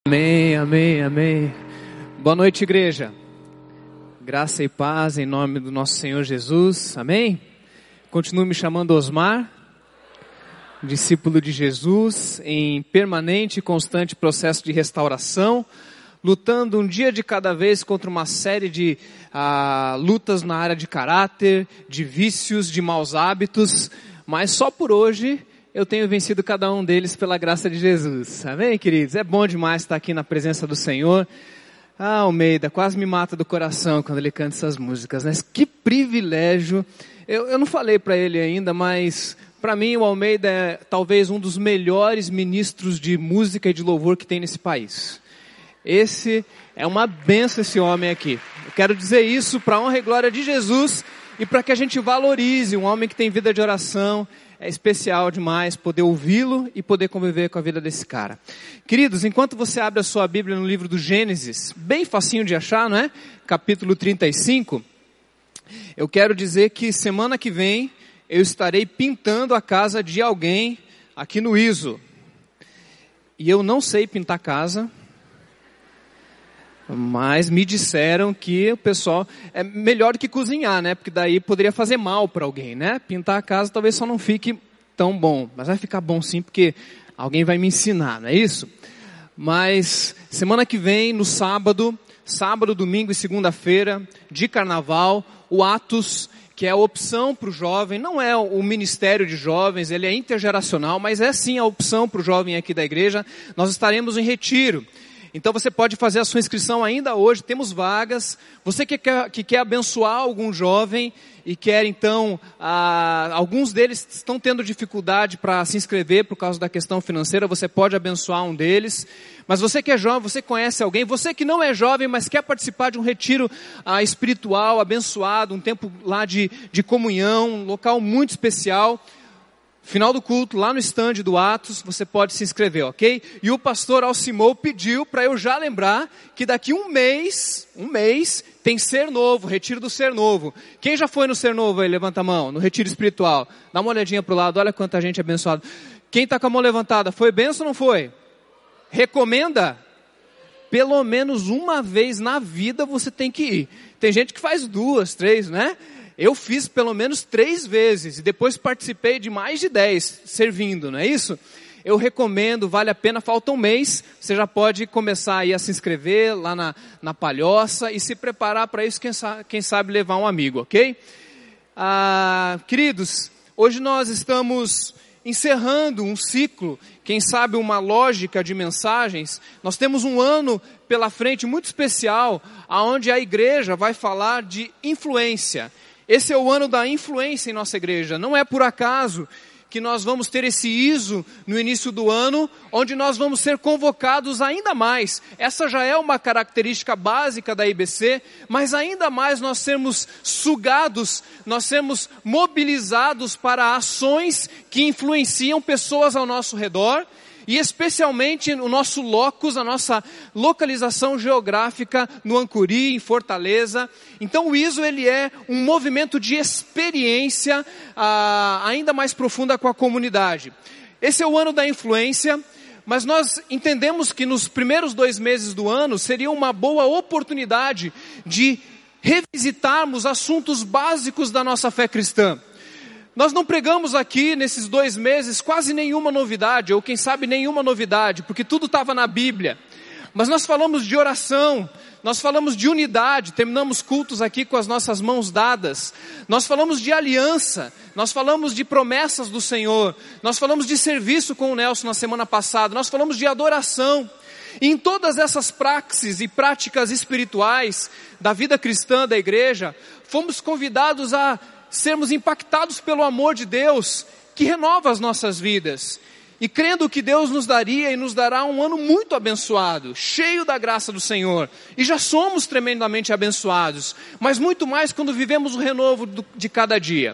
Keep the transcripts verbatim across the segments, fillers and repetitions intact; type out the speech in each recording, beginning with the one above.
Amém, amém, amém. Boa noite, igreja. Graça e paz em nome do nosso Senhor Jesus. Amém? Continuo me chamando Osmar, discípulo de Jesus, em permanente e constante processo de restauração, lutando um dia de cada vez contra uma série de ah, lutas na área de caráter, de vícios, de maus hábitos, mas só por hoje eu tenho vencido cada um deles pela graça de Jesus. Amém, queridos? É bom demais estar aqui na presença do Senhor. Ah, Almeida, quase me mata do coração quando ele canta essas músicas, né? Que privilégio. Eu, eu não falei para ele ainda, mas para mim o Almeida é talvez um dos melhores ministros de música e de louvor que tem nesse país. Esse é uma benção, esse homem aqui. Eu quero dizer isso para a honra e glória de Jesus e para que a gente valorize um homem que tem vida de oração. É especial demais poder ouvi-lo e poder conviver com a vida desse cara. Queridos, enquanto você abre a sua Bíblia no livro do Gênesis, bem facinho de achar, não é? Capítulo trinta e cinco. Eu quero dizer que semana que vem eu estarei pintando a casa de alguém aqui no I S O. E eu não sei pintar casa, mas me disseram que o pessoal é melhor do que cozinhar, né? Porque daí poderia fazer mal para alguém, né? Pintar a casa talvez só não fique tão bom, mas vai ficar bom sim, porque alguém vai me ensinar, não é isso? Mas semana que vem, no sábado, sábado, domingo e segunda-feira de carnaval, o Atos, que é a opção para o jovem, não é o ministério de jovens, ele é intergeracional, mas é sim a opção para o jovem aqui da igreja. Nós estaremos em retiro. Então você pode fazer a sua inscrição ainda hoje, temos vagas. Você que quer, que quer abençoar algum jovem e quer então, ah, alguns deles estão tendo dificuldade para se inscrever por causa da questão financeira, você pode abençoar um deles. Mas você que é jovem, você conhece alguém, você que não é jovem, mas quer participar de um retiro ah, espiritual, abençoado, um tempo lá de, de comunhão, um local muito especial. Final do culto, lá no stand do Atos, você pode se inscrever, ok? E o pastor Alcimou pediu para eu já lembrar que daqui um mês, um mês, tem Ser Novo, Retiro do Ser Novo. Quem já foi no Ser Novo aí? Levanta a mão, no Retiro Espiritual. Dá uma olhadinha para o lado, olha quanta gente abençoada. Quem está com a mão levantada, foi benção ou não foi? Recomenda? Pelo menos uma vez na vida você tem que ir. Tem gente que faz duas, três, né? Eu fiz pelo menos três vezes e depois participei de mais de dez servindo, não é isso? Eu recomendo, vale a pena, falta um mês, você já pode começar aí a se inscrever lá na, na Palhoça e se preparar para isso, quem sabe, quem sabe levar um amigo, ok? Ah, queridos, hoje nós estamos encerrando um ciclo, quem sabe uma lógica de mensagens. Nós temos um ano pela frente muito especial, onde a igreja vai falar de influência. Esse é o ano da influência em nossa igreja. Não é por acaso que nós vamos ter esse I S O no início do ano, onde nós vamos ser convocados ainda mais. Essa já é uma característica básica da I B C, mas ainda mais nós sermos sugados, nós sermos mobilizados para ações que influenciam pessoas ao nosso redor, e especialmente o nosso locus, a nossa localização geográfica no Ancuri, em Fortaleza. Então o I S O ele é um movimento de experiência ah, ainda mais profunda com a comunidade. Esse é o ano da influência, mas nós entendemos que nos primeiros dois meses do ano seria uma boa oportunidade de revisitarmos assuntos básicos da nossa fé cristã. Nós não pregamos aqui nesses dois meses quase nenhuma novidade, ou quem sabe nenhuma novidade, porque tudo estava na Bíblia. Mas nós falamos de oração, nós falamos de unidade, terminamos cultos aqui com as nossas mãos dadas. Nós falamos de aliança, nós falamos de promessas do Senhor, nós falamos de serviço com o Nelson na semana passada, nós falamos de adoração. E em todas essas praxes e práticas espirituais da vida cristã da igreja, fomos convidados a sermos impactados pelo amor de Deus, que renova as nossas vidas. E crendo que Deus nos daria e nos dará um ano muito abençoado, cheio da graça do Senhor. E já somos tremendamente abençoados, mas muito mais quando vivemos o renovo do, de cada dia.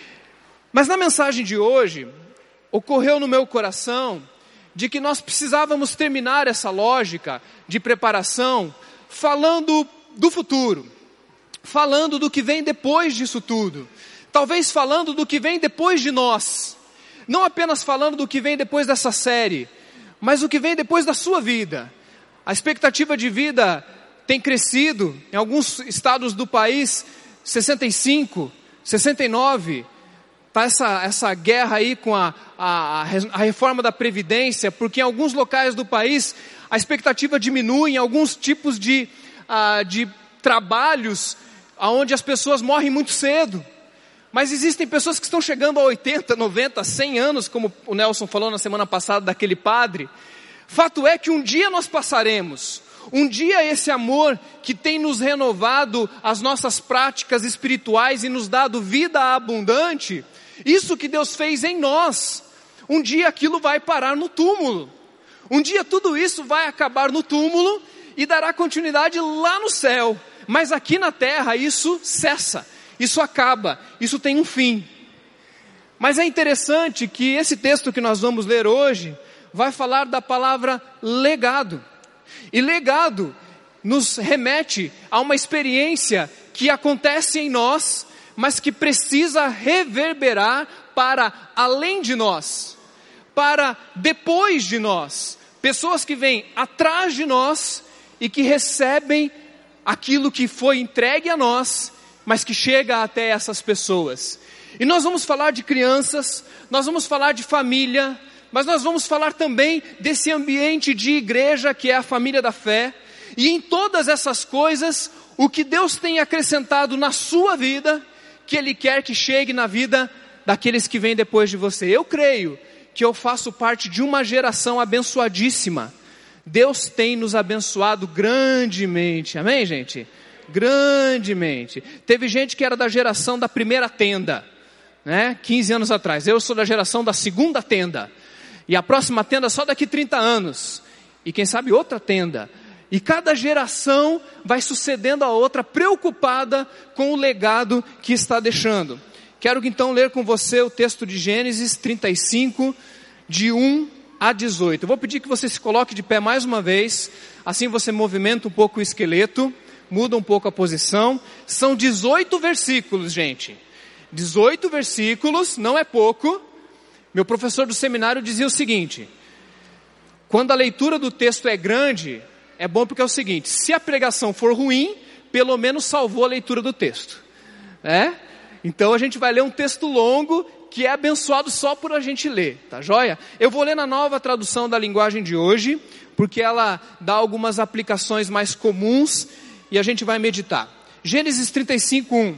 Mas na mensagem de hoje, ocorreu no meu coração de que nós precisávamos terminar essa lógica de preparação falando do futuro. Falando do que vem depois disso tudo. Talvez falando do que vem depois de nós. Não apenas falando do que vem depois dessa série, mas o que vem depois da sua vida. A expectativa de vida tem crescido, em alguns estados do país, sessenta e cinco, sessenta e nove, está essa, essa guerra aí com a, a, a reforma da Previdência, porque em alguns locais do país a expectativa diminui, em alguns tipos de, uh, de trabalhos, onde as pessoas morrem muito cedo. Mas existem pessoas que estão chegando a oitenta, noventa, cem anos, como o Nelson falou na semana passada daquele padre. Fato é que um dia nós passaremos. Um dia esse amor que tem nos renovado as nossas práticas espirituais e nos dado vida abundante, isso que Deus fez em nós, um dia aquilo vai parar no túmulo. Um dia tudo isso vai acabar no túmulo e dará continuidade lá no céu. Mas aqui na terra isso cessa, isso acaba, isso tem um fim. Mas é interessante que esse texto que nós vamos ler hoje vai falar da palavra legado. E legado nos remete a uma experiência que acontece em nós, mas que precisa reverberar para além de nós, para depois de nós. Pessoas que vêm atrás de nós e que recebem aquilo que foi entregue a nós, mas que chega até essas pessoas. E nós vamos falar de crianças, nós vamos falar de família, mas nós vamos falar também desse ambiente de igreja que é a família da fé. E em todas essas coisas, o que Deus tem acrescentado na sua vida, que Ele quer que chegue na vida daqueles que vêm depois de você. Eu creio que eu faço parte de uma geração abençoadíssima. Deus tem nos abençoado grandemente, amém, gente? Grandemente. Teve gente que era da geração da primeira tenda, né? quinze anos atrás. Eu sou da geração da segunda tenda. E a próxima tenda só daqui trinta anos. E quem sabe outra tenda. E cada geração vai sucedendo a outra, preocupada com o legado que está deixando. Quero então ler com você o texto de Gênesis trinta e cinco, de um a dezoito. Eu vou pedir que você se coloque de pé mais uma vez, assim você movimenta um pouco o esqueleto, muda um pouco a posição. São dezoito versículos, gente. dezoito versículos, não é pouco. Meu professor do seminário dizia o seguinte: quando a leitura do texto é grande, é bom porque é o seguinte: se a pregação for ruim, pelo menos salvou a leitura do texto. É? Então a gente vai ler um texto longo, que é abençoado só por a gente ler, tá joia? Eu vou ler na nova tradução da linguagem de hoje, porque ela dá algumas aplicações mais comuns, e a gente vai meditar. Gênesis trinta e cinco, um.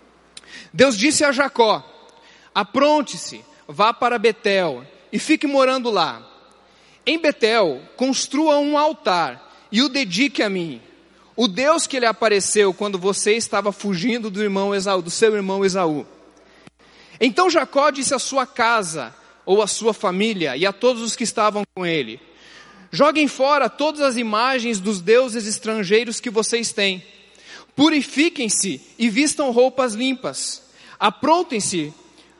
Deus disse a Jacó: apronte-se, vá para Betel, e fique morando lá. Em Betel, construa um altar, e o dedique a mim, o Deus que lhe apareceu quando você estava fugindo do irmão Esaú, do seu irmão Esaú. Então Jacó disse à sua casa, ou à sua família, e a todos os que estavam com ele: joguem fora todas as imagens dos deuses estrangeiros que vocês têm. Purifiquem-se e vistam roupas limpas. Aprontem-se,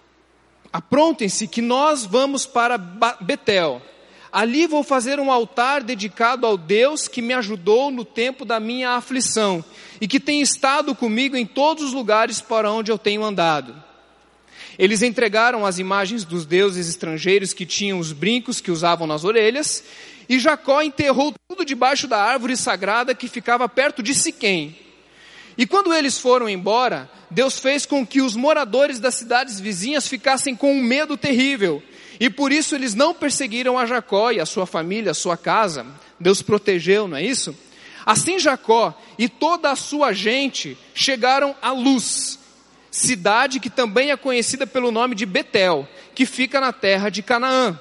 aprontem-se que nós vamos para Betel. Ali vou fazer um altar dedicado ao Deus que me ajudou no tempo da minha aflição e que tem estado comigo em todos os lugares para onde eu tenho andado. Eles entregaram as imagens dos deuses estrangeiros que tinham os brincos que usavam nas orelhas, e Jacó enterrou tudo debaixo da árvore sagrada que ficava perto de Siquém. E quando eles foram embora, Deus fez com que os moradores das cidades vizinhas ficassem com um medo terrível. E por isso eles não perseguiram a Jacó e a sua família, a sua casa. Deus protegeu, não é isso? Assim Jacó e toda a sua gente chegaram a Luz, cidade que também é conhecida pelo nome de Betel, que fica na terra de Canaã.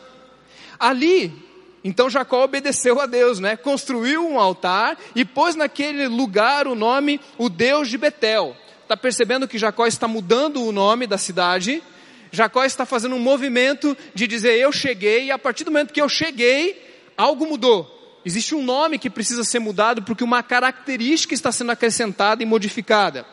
Ali, então Jacó obedeceu a Deus, né? Construiu um altar e pôs naquele lugar o nome, o Deus de Betel. Está percebendo que Jacó está mudando o nome da cidade? Jacó está fazendo um movimento de dizer: eu cheguei, e a partir do momento que eu cheguei, algo mudou. Existe um nome que precisa ser mudado, porque uma característica está sendo acrescentada e modificada.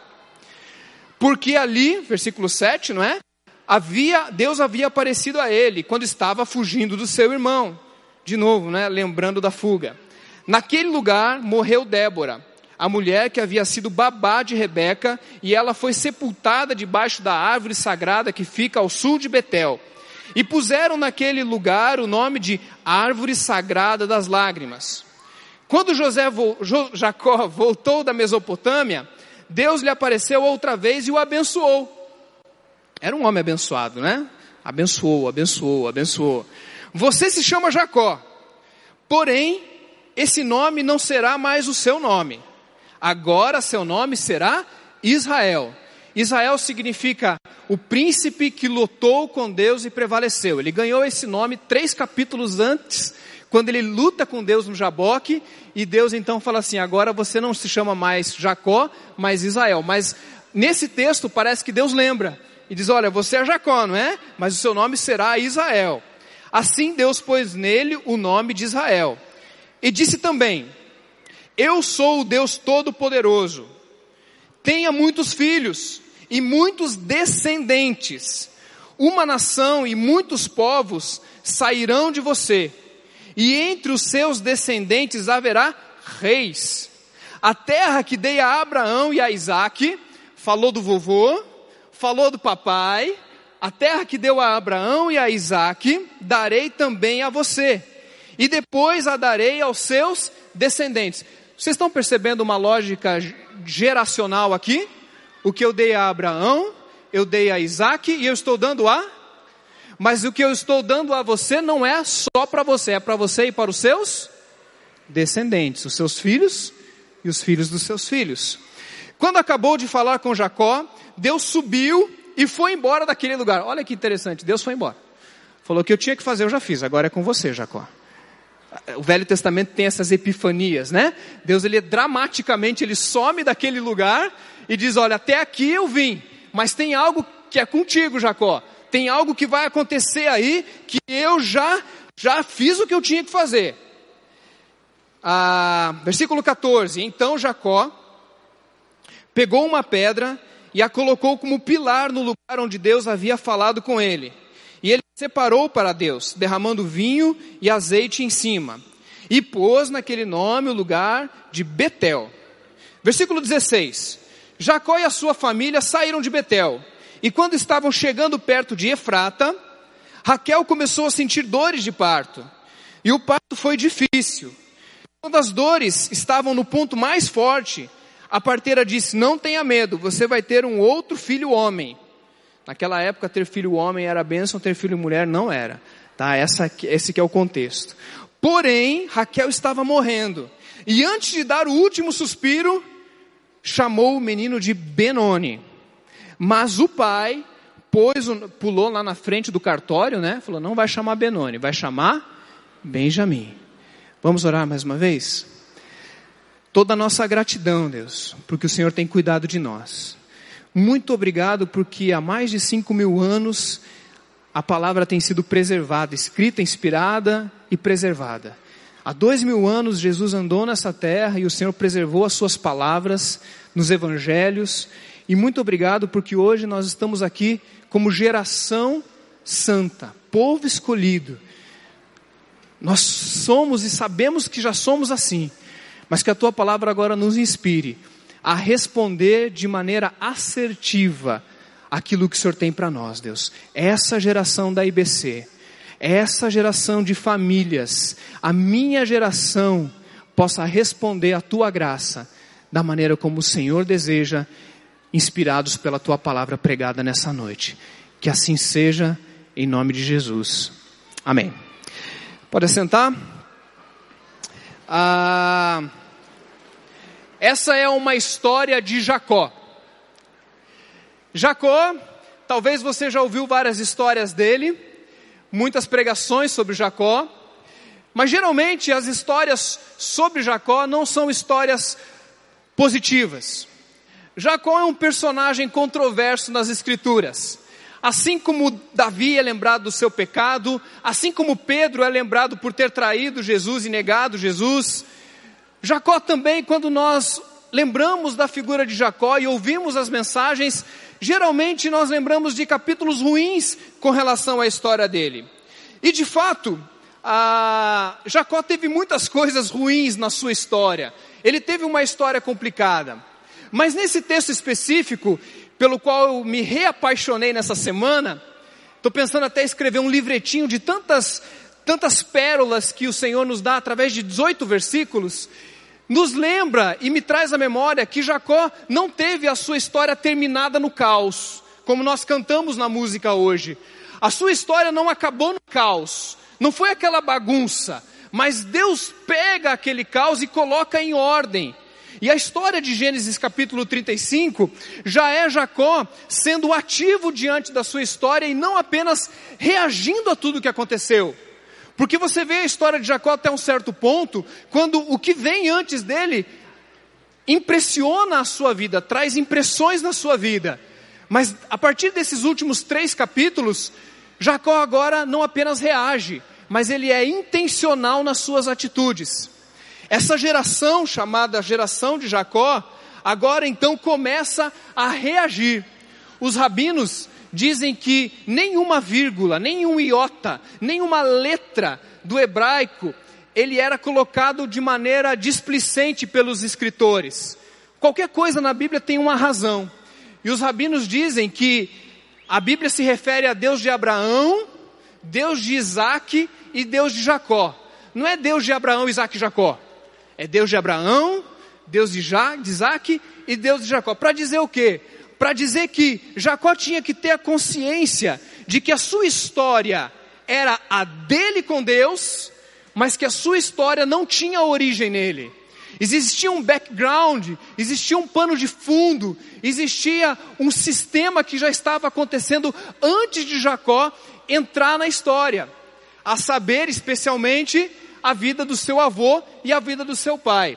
Porque ali, versículo sete, não é? Havia, Deus havia aparecido a ele, quando estava fugindo do seu irmão. De novo, né? Lembrando da fuga. Naquele lugar morreu Débora, a mulher que havia sido babá de Rebeca, e ela foi sepultada debaixo da árvore sagrada que fica ao sul de Betel. E puseram naquele lugar o nome de Árvore Sagrada das Lágrimas. Quando José, Jacó voltou da Mesopotâmia, Deus lhe apareceu outra vez e o abençoou. Era um homem abençoado, né? Abençoou, abençoou, abençoou. Você se chama Jacó, porém, esse nome não será mais o seu nome. Agora seu nome será Israel. Israel significa o príncipe que lutou com Deus e prevaleceu. Ele ganhou esse nome três capítulos antes, quando ele luta com Deus no Jaboque, e Deus então fala assim, agora você não se chama mais Jacó, mas Israel. Mas nesse texto parece que Deus lembra, e diz, olha, você é Jacó, não é? Mas o seu nome será Israel. Assim Deus pôs nele o nome de Israel. E disse também, eu sou o Deus Todo-Poderoso, tenha muitos filhos e muitos descendentes. Uma nação e muitos povos sairão de você, e entre os seus descendentes haverá reis. A terra que dei a Abraão e a Isaque, falou do vovô, falou do papai, a terra que deu a Abraão e a Isaque, darei também a você, e depois a darei aos seus descendentes. Vocês estão percebendo uma lógica geracional aqui? O que eu dei a Abraão, eu dei a Isaque e eu estou dando a... Mas o que eu estou dando a você não é só para você, é para você e para os seus descendentes, os seus filhos e os filhos dos seus filhos. Quando acabou de falar com Jacó, Deus subiu e foi embora daquele lugar. Olha que interessante, Deus foi embora. Falou que eu tinha que fazer, eu já fiz, agora é com você, Jacó. O Velho Testamento tem essas epifanias, né? Deus, ele dramaticamente, ele some daquele lugar e diz, olha, até aqui eu vim, mas tem algo que é contigo, Jacó. Tem algo que vai acontecer aí, que eu já, já fiz o que eu tinha que fazer. Ah, versículo catorze, então Jacó pegou uma pedra e a colocou como pilar no lugar onde Deus havia falado com ele. E ele separou para Deus, derramando vinho e azeite em cima. E pôs naquele nome o lugar de Betel. Versículo dezesseis. Jacó e a sua família saíram de Betel. E quando estavam chegando perto de Efrata, Raquel começou a sentir dores de parto. E o parto foi difícil. Quando as dores estavam no ponto mais forte, a parteira disse, não tenha medo, você vai ter um outro filho homem. Naquela época, ter filho homem era bênção, ter filho mulher não era. Tá? Essa, esse que é o contexto. Porém, Raquel estava morrendo. E antes de dar o último suspiro, chamou o menino de Benoni. Mas o pai pôs, pulou lá na frente do cartório, né? Falou, não vai chamar Benoni, vai chamar Benjamim. Vamos orar mais uma vez? Toda a nossa gratidão, Deus, porque o Senhor tem cuidado de nós. Muito obrigado porque há mais de cinco mil anos a palavra tem sido preservada, escrita, inspirada e preservada. Há dois mil anos Jesus andou nessa terra e o Senhor preservou as suas palavras nos evangelhos. E muito obrigado porque hoje nós estamos aqui como geração santa, povo escolhido. Nós somos e sabemos que já somos assim, mas que a Tua palavra agora nos inspire a responder de maneira assertiva aquilo que o Senhor tem para nós, Deus. Essa geração da I B C, essa geração de famílias, a minha geração possa responder à Tua graça da maneira como o Senhor deseja, inspirados pela Tua palavra pregada nessa noite. Que assim seja, em nome de Jesus. Amém. Pode assentar. Ah, essa é uma história de Jacó. Jacó, talvez você já ouviu várias histórias dele, muitas pregações sobre Jacó, mas geralmente as histórias sobre Jacó não são histórias positivas. Jacó é um personagem controverso nas Escrituras. Assim como Davi é lembrado do seu pecado, assim como Pedro é lembrado por ter traído Jesus e negado Jesus, Jacó também, quando nós lembramos da figura de Jacó e ouvimos as mensagens, geralmente nós lembramos de capítulos ruins com relação à história dele. E de fato, a... Jacó teve muitas coisas ruins na sua história. Ele teve uma história complicada. Mas nesse texto específico, pelo qual eu me reapaixonei nessa semana, estou pensando até escrever um livretinho de tantas, tantas pérolas que o Senhor nos dá através de dezoito versículos, nos lembra e me traz à memória que Jacó não teve a sua história terminada no caos, como nós cantamos na música hoje. A sua história não acabou no caos, não foi aquela bagunça, mas Deus pega aquele caos e coloca em ordem. E a história de Gênesis capítulo trinta e cinco já é Jacó sendo ativo diante da sua história e não apenas reagindo a tudo o que aconteceu. Porque você vê a história de Jacó até um certo ponto, quando o que vem antes dele impressiona a sua vida, traz impressões na sua vida. Mas a partir desses últimos três capítulos, Jacó agora não apenas reage, mas ele é intencional nas suas atitudes. Essa geração, chamada geração de Jacó, agora então começa a reagir. Os rabinos dizem que nenhuma vírgula, nenhum iota, nenhuma letra do hebraico, ele era colocado de maneira displicente pelos escritores. Qualquer coisa na Bíblia tem uma razão. E os rabinos dizem que a Bíblia se refere a Deus de Abraão, Deus de Isaac e Deus de Jacó. Não é Deus de Abraão, Isaac e Jacó. É Deus de Abraão, Deus de, ja, de Isaac e Deus de Jacó. Para dizer o quê? Para dizer que Jacó tinha que ter a consciência de que a sua história era a dele com Deus, mas que a sua história não tinha origem nele. Existia um background, existia um pano de fundo, existia um sistema que já estava acontecendo antes de Jacó entrar na história. A saber, especialmente, a vida do seu avô e a vida do seu pai.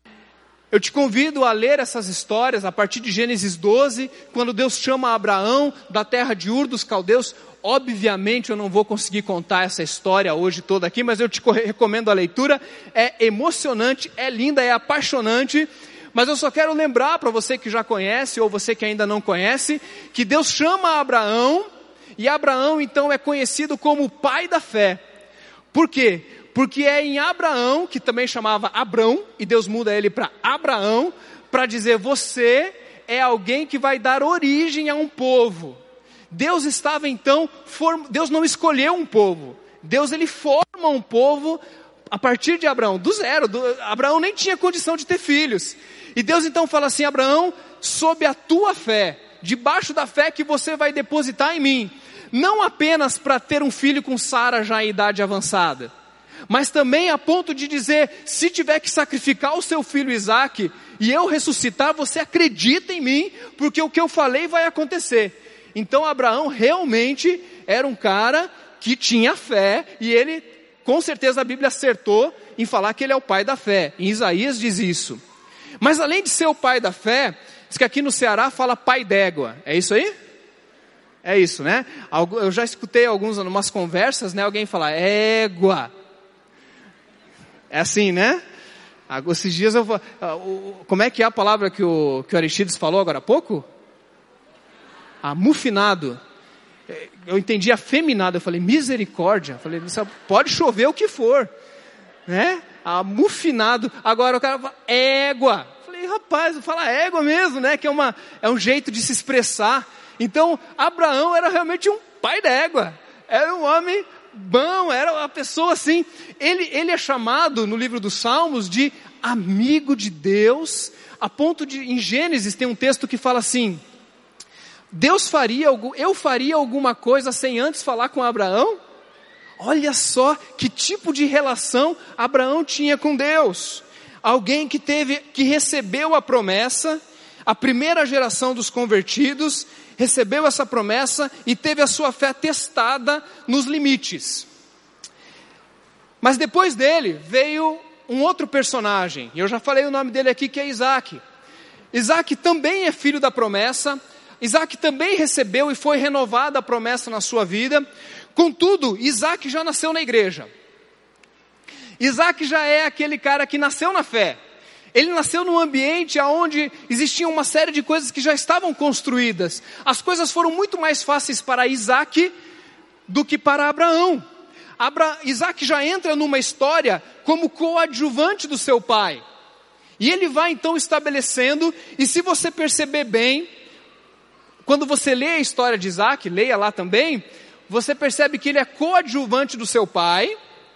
Eu te convido a ler essas histórias a partir de Gênesis doze, quando Deus chama Abraão da terra de Ur dos Caldeus. Obviamente eu não vou conseguir contar essa história hoje toda aqui, mas eu te recomendo a leitura. É emocionante, é linda, é apaixonante. Mas eu só quero lembrar para você que já conhece ou você que ainda não conhece, que Deus chama Abraão, e Abraão então é conhecido como o pai da fé. Por quê? Porque é em Abraão, que também chamava Abrão, e Deus muda ele para Abraão, para dizer, você é alguém que vai dar origem a um povo. Deus estava então, form... Deus não escolheu um povo, Deus ele forma um povo a partir de Abraão, do zero. Do... Abraão nem tinha condição de ter filhos. E Deus então fala assim, Abraão, sob a tua fé, debaixo da fé que você vai depositar em mim, não apenas para ter um filho com Sara já em idade avançada, mas também a ponto de dizer, se tiver que sacrificar o seu filho Isaac, e eu ressuscitar, você acredita em mim, porque o que eu falei vai acontecer. Então Abraão realmente era um cara que tinha fé, e ele, com certeza a Bíblia acertou em falar que ele é o pai da fé. Em Isaías diz isso. Mas além de ser o pai da fé, diz que aqui no Ceará fala pai d'égua. É isso aí? É isso, né? Eu já escutei alguns, umas conversas, né? Alguém falar, égua. É assim, né? Esses dias eu vou... Como é que é a palavra que o, que o Aristides falou agora há pouco? Amufinado. Eu entendi afeminado. Eu falei, misericórdia. Eu falei, pode chover o que for. Né? Amufinado. Agora o cara fala, égua. Eu falei, rapaz, fala égua mesmo, né? Que é, uma, é um jeito de se expressar. Então, Abraão era realmente um pai d'égua. Era um homem... bom, era uma pessoa assim, ele, ele é chamado no livro dos Salmos de amigo de Deus, a ponto de, em Gênesis tem um texto que fala assim, Deus faria, eu faria alguma coisa sem antes falar com Abraão? Olha só que tipo de relação Abraão tinha com Deus, alguém que teve, que recebeu a promessa, a primeira geração dos convertidos, recebeu essa promessa e teve a sua fé testada nos limites. Mas depois dele veio um outro personagem, e eu já falei o nome dele aqui, que é Isaac. Isaac também é filho da promessa, Isaac também recebeu e foi renovada a promessa na sua vida. Contudo, Isaac já nasceu na igreja. Isaac já é aquele cara que nasceu na fé. Ele nasceu num ambiente onde existia uma série de coisas que já estavam construídas. As coisas foram muito mais fáceis para Isaac do que para Abraão. Abra... Isaac já entra numa história como coadjuvante do seu pai. E ele vai então estabelecendo, e se você perceber bem, quando você lê a história de Isaac, leia lá também, você percebe que ele é coadjuvante do seu pai,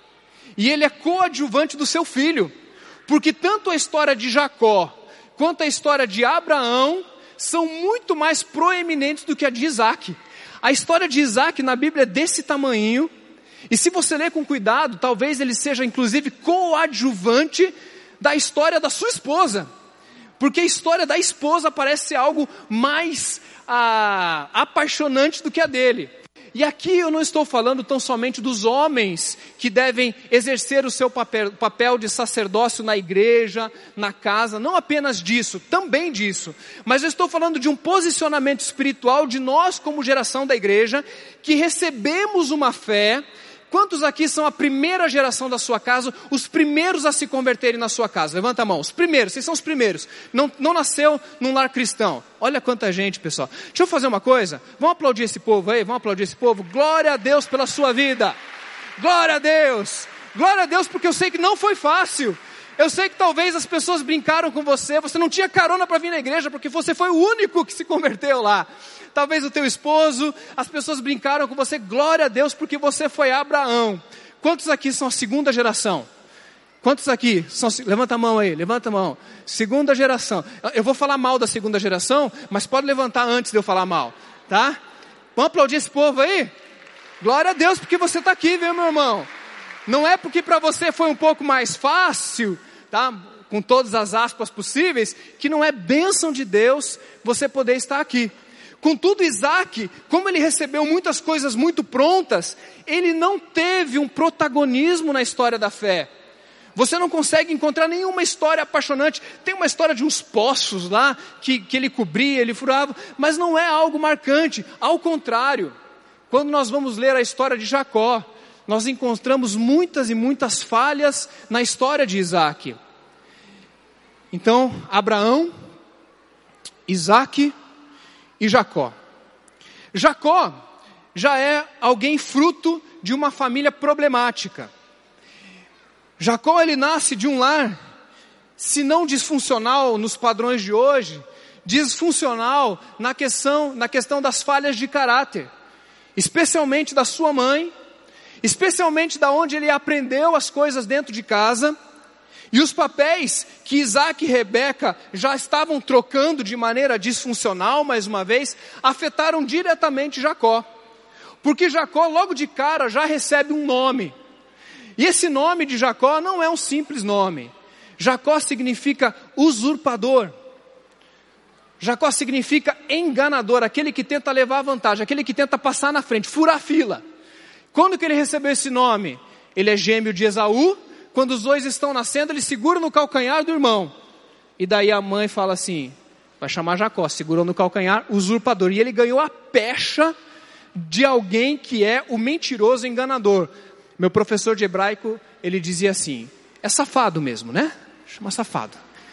E ele é coadjuvante do seu filho. Porque tanto a história de Jacó, quanto a história de Abraão, são muito mais proeminentes do que a de Isaac. A história de Isaac na Bíblia é desse tamanho. E se você ler com cuidado, talvez ele seja inclusive coadjuvante da história da sua esposa. Porque a história da esposa parece ser algo mais ah, apaixonante do que a dele. E aqui eu não estou falando tão somente dos homens que devem exercer o seu papel, papel de sacerdócio na igreja, na casa, não apenas disso, também disso. Mas eu estou falando de um posicionamento espiritual de nós como geração da igreja, que recebemos uma fé. Quantos aqui são a primeira geração da sua casa, os primeiros a se converterem na sua casa? Levanta a mão, os primeiros, vocês são os primeiros. Não, não nasceu num lar cristão. Olha quanta gente, pessoal. Deixa eu fazer uma coisa, vamos aplaudir esse povo aí, vamos aplaudir esse povo. Glória a Deus pela sua vida. Glória a Deus. Glória a Deus, porque eu sei que não foi fácil. Eu sei que talvez as pessoas brincaram com você, você não tinha carona para vir na igreja, porque você foi o único que se converteu lá. Talvez o teu esposo, as pessoas brincaram com você, glória a Deus, porque você foi Abraão. Quantos aqui são a segunda geração? Quantos aqui são, levanta a mão aí, levanta a mão. Segunda geração. Eu vou falar mal da segunda geração, mas pode levantar antes de eu falar mal, tá? Vamos aplaudir esse povo aí? Glória a Deus, porque você está aqui, viu, meu irmão? Não é porque para você foi um pouco mais fácil, tá? Com todas as aspas possíveis, que não é bênção de Deus você poder estar aqui. Contudo, Isaac, como ele recebeu muitas coisas muito prontas, ele não teve um protagonismo na história da fé. Você não consegue encontrar nenhuma história apaixonante. Tem uma história de uns poços lá, que, que ele cobria, ele furava, mas não é algo marcante. Ao contrário, quando nós vamos ler a história de Jacó, nós encontramos muitas e muitas falhas na história de Isaac. Então, Abraão, Isaac e Jacó. Jacó já é alguém fruto de uma família problemática. Jacó, ele nasce de um lar, se não disfuncional nos padrões de hoje, disfuncional na questão, na questão das falhas de caráter, especialmente da sua mãe, especialmente da onde ele aprendeu as coisas dentro de casa. E os papéis que Isaac e Rebeca já estavam trocando de maneira disfuncional, mais uma vez, afetaram diretamente Jacó. Porque Jacó, logo de cara, já recebe um nome. E esse nome de Jacó não é um simples nome. Jacó significa usurpador. Jacó significa enganador, aquele que tenta levar vantagem, aquele que tenta passar na frente, furar a fila. Quando que ele recebeu esse nome? Ele é gêmeo de Esaú. Quando os dois estão nascendo, ele segura no calcanhar do irmão. E daí a mãe fala assim, vai chamar Jacó, segurou no calcanhar, usurpador. E ele ganhou a pecha de alguém que é o mentiroso enganador. Meu professor de hebraico, ele dizia assim, é safado mesmo, né? Chama safado.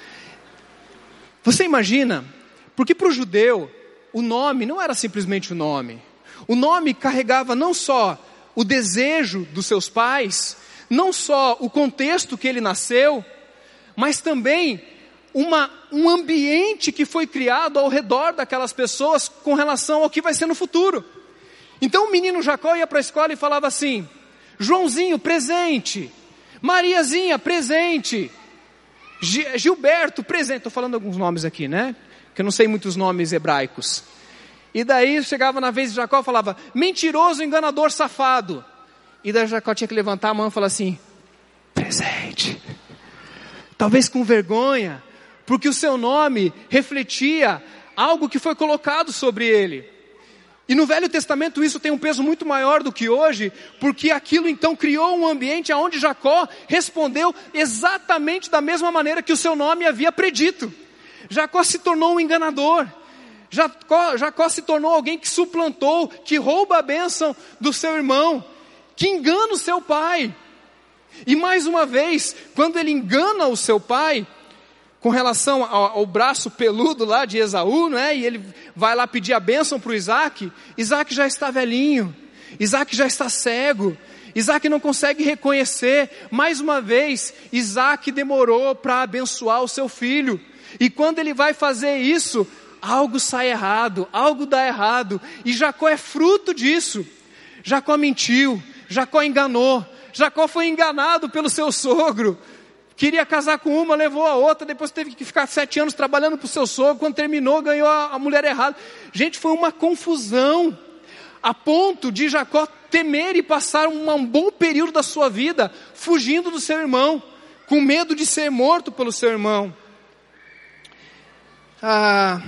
Você imagina, porque para o judeu, o nome não era simplesmente o nome. O nome carregava não só o desejo dos seus pais, não só o contexto que ele nasceu, mas também uma, um ambiente que foi criado ao redor daquelas pessoas com relação ao que vai ser no futuro. Então o menino Jacó ia para a escola e falava assim, Joãozinho, presente. Mariazinha, presente. Gilberto, presente. Estou falando alguns nomes aqui, né? Que eu não sei muitos nomes hebraicos. E daí chegava na vez de Jacó e falava, mentiroso, enganador, safado. E daí Jacó tinha que levantar a mão e falar assim, presente. Talvez com vergonha, porque o seu nome refletia algo que foi colocado sobre ele. E no Velho Testamento isso tem um peso muito maior do que hoje, porque aquilo então criou um ambiente onde Jacó respondeu exatamente da mesma maneira que o seu nome havia predito. Jacó se tornou um enganador. Jacó, Jacó se tornou alguém que suplantou, que rouba a bênção do seu irmão, que engana o seu pai. E mais uma vez, quando ele engana o seu pai, com relação ao, ao braço peludo lá de Esaú, né? E ele vai lá pedir a bênção para o Isaac, Isaac já está velhinho, Isaac já está cego, Isaac não consegue reconhecer. Mais uma vez, Isaac demorou para abençoar o seu filho. E quando ele vai fazer isso, algo sai errado, algo dá errado. E Jacó é fruto disso. Jacó mentiu, Jacó enganou, Jacó foi enganado pelo seu sogro. Queria casar com uma, levou a outra, depois teve que ficar sete anos trabalhando para o seu sogro. Quando terminou, ganhou a, a mulher errada. Gente, foi uma confusão, a ponto de Jacó temer e passar um, um bom período da sua vida fugindo do seu irmão, com medo de ser morto pelo seu irmão. Ah,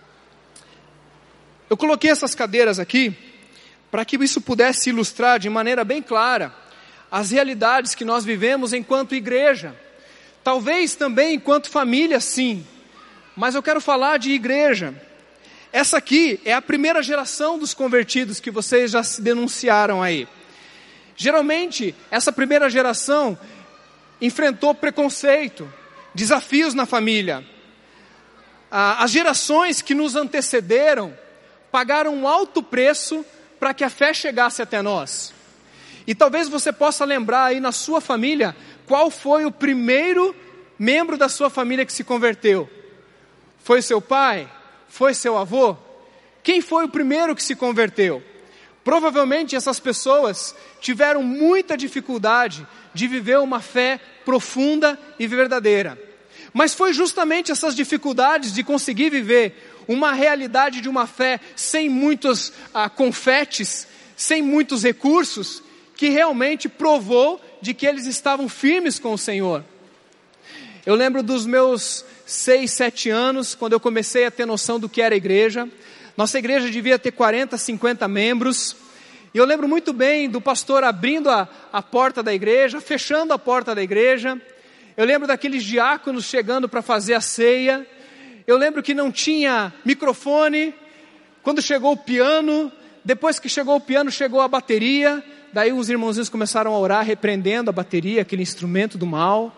eu coloquei essas cadeiras aqui para que isso pudesse ilustrar de maneira bem clara as realidades que nós vivemos enquanto igreja. Talvez também enquanto família, sim. Mas eu quero falar de igreja. Essa aqui é a primeira geração dos convertidos que vocês já se denunciaram aí. Geralmente, essa primeira geração enfrentou preconceito, desafios na família. As gerações que nos antecederam pagaram um alto preço para que a fé chegasse até nós. E talvez você possa lembrar aí na sua família, qual foi o primeiro membro da sua família que se converteu? Foi seu pai? Foi seu avô? Quem foi o primeiro que se converteu? Provavelmente essas pessoas tiveram muita dificuldade de viver uma fé profunda e verdadeira. Mas foi justamente essas dificuldades de conseguir viver uma realidade de uma fé sem muitos ah, confetes, sem muitos recursos, que realmente provou de que eles estavam firmes com o Senhor. Eu lembro dos meus seis, sete anos, quando eu comecei a ter noção do que era igreja. Nossa igreja devia ter quarenta, cinquenta membros. E eu lembro muito bem do pastor abrindo a, a porta da igreja, fechando a porta da igreja. Eu lembro daqueles diáconos chegando para fazer a ceia. Eu lembro que não tinha microfone. Quando chegou o piano, depois que chegou o piano, chegou a bateria. Daí os irmãozinhos começaram a orar, repreendendo a bateria, aquele instrumento do mal.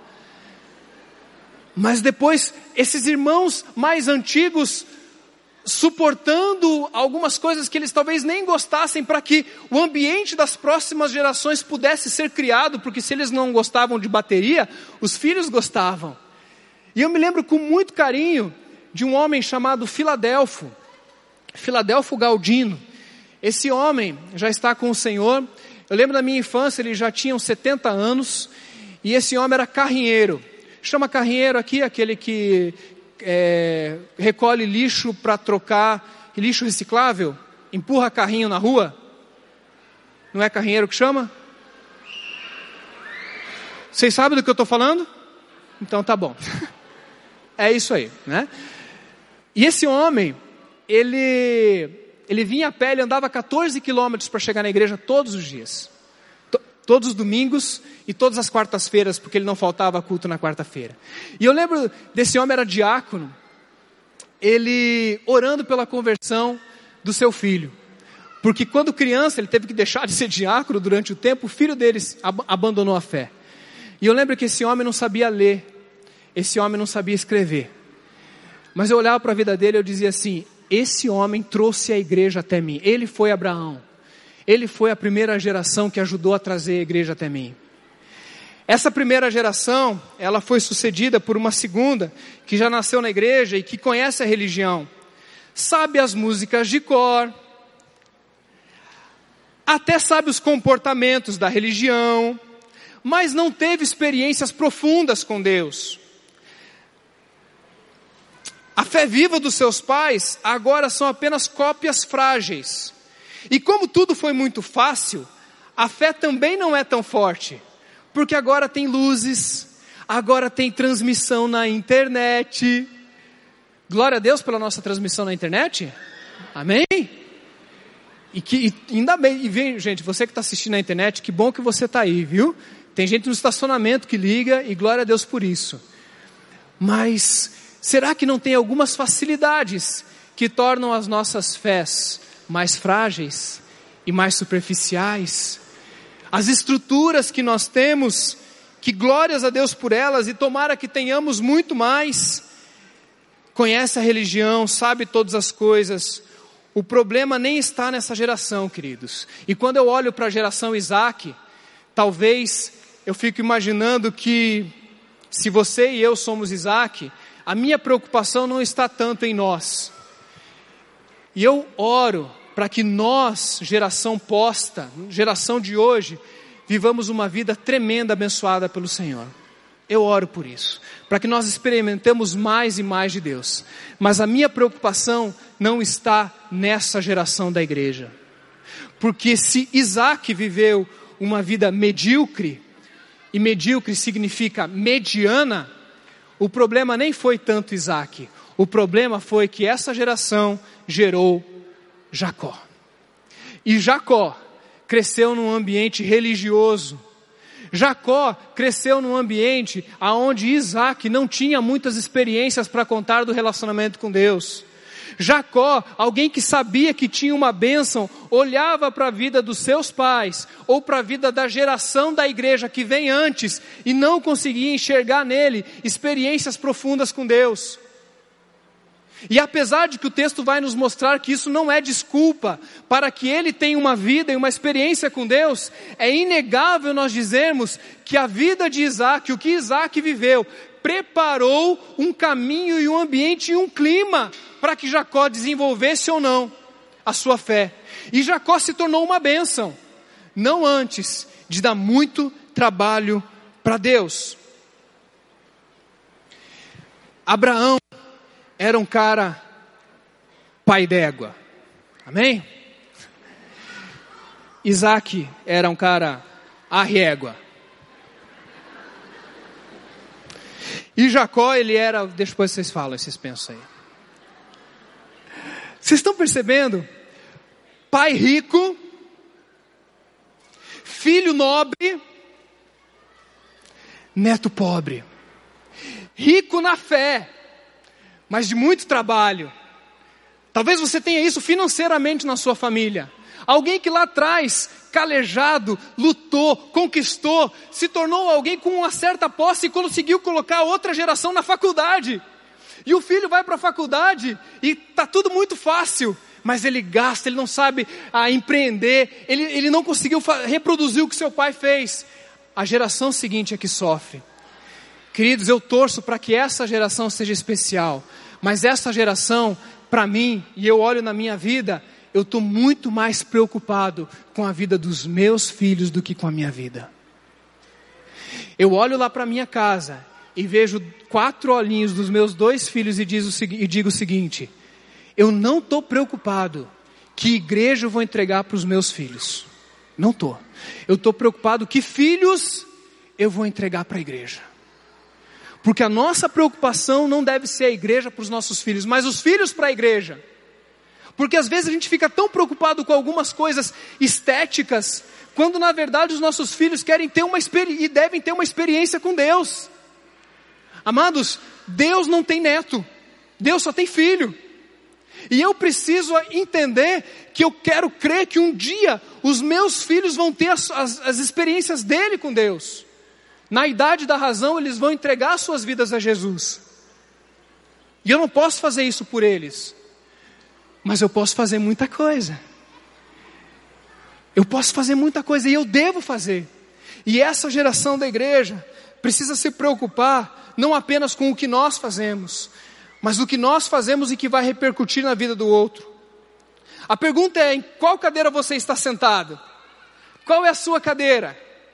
Mas depois, esses irmãos mais antigos, suportando algumas coisas que eles talvez nem gostassem, para que o ambiente das próximas gerações pudesse ser criado, porque se eles não gostavam de bateria, os filhos gostavam. E eu me lembro com muito carinho de um homem chamado Filadelfo, Filadelfo Galdino. Esse homem já está com o Senhor. Eu lembro da minha infância, ele já tinha uns setenta anos, e esse homem era carrinheiro. Chama carrinheiro aqui aquele que é, recolhe lixo para trocar, lixo reciclável, empurra carrinho na rua. Não é carrinheiro que chama? Vocês sabem do que eu estou falando? Então tá bom. É isso aí, né? E esse homem, ele, ele vinha a pé, ele andava quatorze quilômetros para chegar na igreja todos os dias. Todos os domingos e todas as quartas-feiras, porque ele não faltava culto na quarta-feira. E eu lembro desse homem, era diácono, ele orando pela conversão do seu filho. Porque quando criança, ele teve que deixar de ser diácono durante o tempo, o filho deles ab- abandonou a fé. E eu lembro que esse homem não sabia ler, esse homem não sabia escrever. Mas eu olhava para a vida dele e eu dizia assim, esse homem trouxe a igreja até mim, ele foi Abraão. Ele foi a primeira geração que ajudou a trazer a igreja até mim. Essa primeira geração, ela foi sucedida por uma segunda, que já nasceu na igreja e que conhece a religião. Sabe as músicas de cor. Até sabe os comportamentos da religião. Mas não teve experiências profundas com Deus. A fé viva dos seus pais agora são apenas cópias frágeis. E como tudo foi muito fácil, a fé também não é tão forte. Porque agora tem luzes, agora tem transmissão na internet. Glória a Deus pela nossa transmissão na internet. Amém? E, que, e ainda bem, e vem, gente, você que está assistindo na internet, que bom que você está aí, viu? Tem gente no estacionamento que liga e glória a Deus por isso. Mas será que não tem algumas facilidades que tornam as nossas fés mais frágeis e mais superficiais? As estruturas que nós temos, que glórias a Deus por elas, e tomara que tenhamos muito mais. Conhece a religião, sabe todas as coisas. O problema nem está nessa geração, queridos. E quando eu olho para a geração Isaac, talvez eu fico imaginando que, se você e eu somos Isaac, a minha preocupação não está tanto em nós. E eu oro para que nós, geração posta, geração de hoje, vivamos uma vida tremenda, abençoada pelo Senhor. Eu oro por isso, para que nós experimentemos mais e mais de Deus. Mas a minha preocupação não está nessa geração da igreja. Porque se Isaac viveu uma vida medíocre, e medíocre significa mediana, o problema nem foi tanto Isaac. O problema foi que essa geração gerou Jacó. E Jacó cresceu num ambiente religioso. Jacó cresceu num ambiente onde Isaac não tinha muitas experiências para contar do relacionamento com Deus. Jacó, alguém que sabia que tinha uma bênção, olhava para a vida dos seus pais, ou para a vida da geração da igreja que vem antes, e não conseguia enxergar nele experiências profundas com Deus. E apesar de que o texto vai nos mostrar que isso não é desculpa para que ele tenha uma vida e uma experiência com Deus, é inegável nós dizermos que a vida de Isaac, o que Isaac viveu, preparou um caminho e um ambiente e um clima para que Jacó desenvolvesse ou não a sua fé. E Jacó se tornou uma bênção, não antes de dar muito trabalho para Deus. Abraão era um cara pai d'égua, amém? Isaac era um cara arriégua. E Jacó, ele era, depois vocês falam, vocês pensam aí. Vocês estão percebendo? Pai rico, filho nobre, neto pobre. Rico na fé, mas de muito trabalho. Talvez você tenha isso financeiramente na sua família. Alguém que lá atrás, calejado, lutou, conquistou, se tornou alguém com uma certa posse e conseguiu colocar outra geração na faculdade. E o filho vai para a faculdade e está tudo muito fácil, mas ele gasta, ele não sabe ah, empreender, ele, ele não conseguiu reproduzir o que seu pai fez. A geração seguinte é que sofre. Queridos, eu torço para que essa geração seja especial, mas essa geração, para mim, e eu olho na minha vida, eu estou muito mais preocupado com a vida dos meus filhos do que com a minha vida. Eu olho lá para minha casa e vejo quatro olhinhos dos meus dois filhos e, diz o, e digo o seguinte: eu não estou preocupado que igreja eu vou entregar para os meus filhos. Não estou. Eu estou preocupado que filhos eu vou entregar para a igreja. Porque a nossa preocupação não deve ser a igreja para os nossos filhos, mas os filhos para a igreja. Porque às vezes a gente fica tão preocupado com algumas coisas estéticas, quando na verdade os nossos filhos querem ter uma experiência e devem ter uma experiência com Deus. Amados, Deus não tem neto, Deus só tem filho. E eu preciso entender que eu quero crer que um dia os meus filhos vão ter as, as, as experiências dele com Deus. Na idade da razão, eles vão entregar suas vidas a Jesus. E eu não posso fazer isso por eles. Mas eu posso fazer muita coisa. Eu posso fazer muita coisa e eu devo fazer. E essa geração da igreja precisa se preocupar não apenas com o que nós fazemos, mas o que nós fazemos e que vai repercutir na vida do outro. A pergunta é: em qual cadeira você está sentado? Qual é a sua cadeira?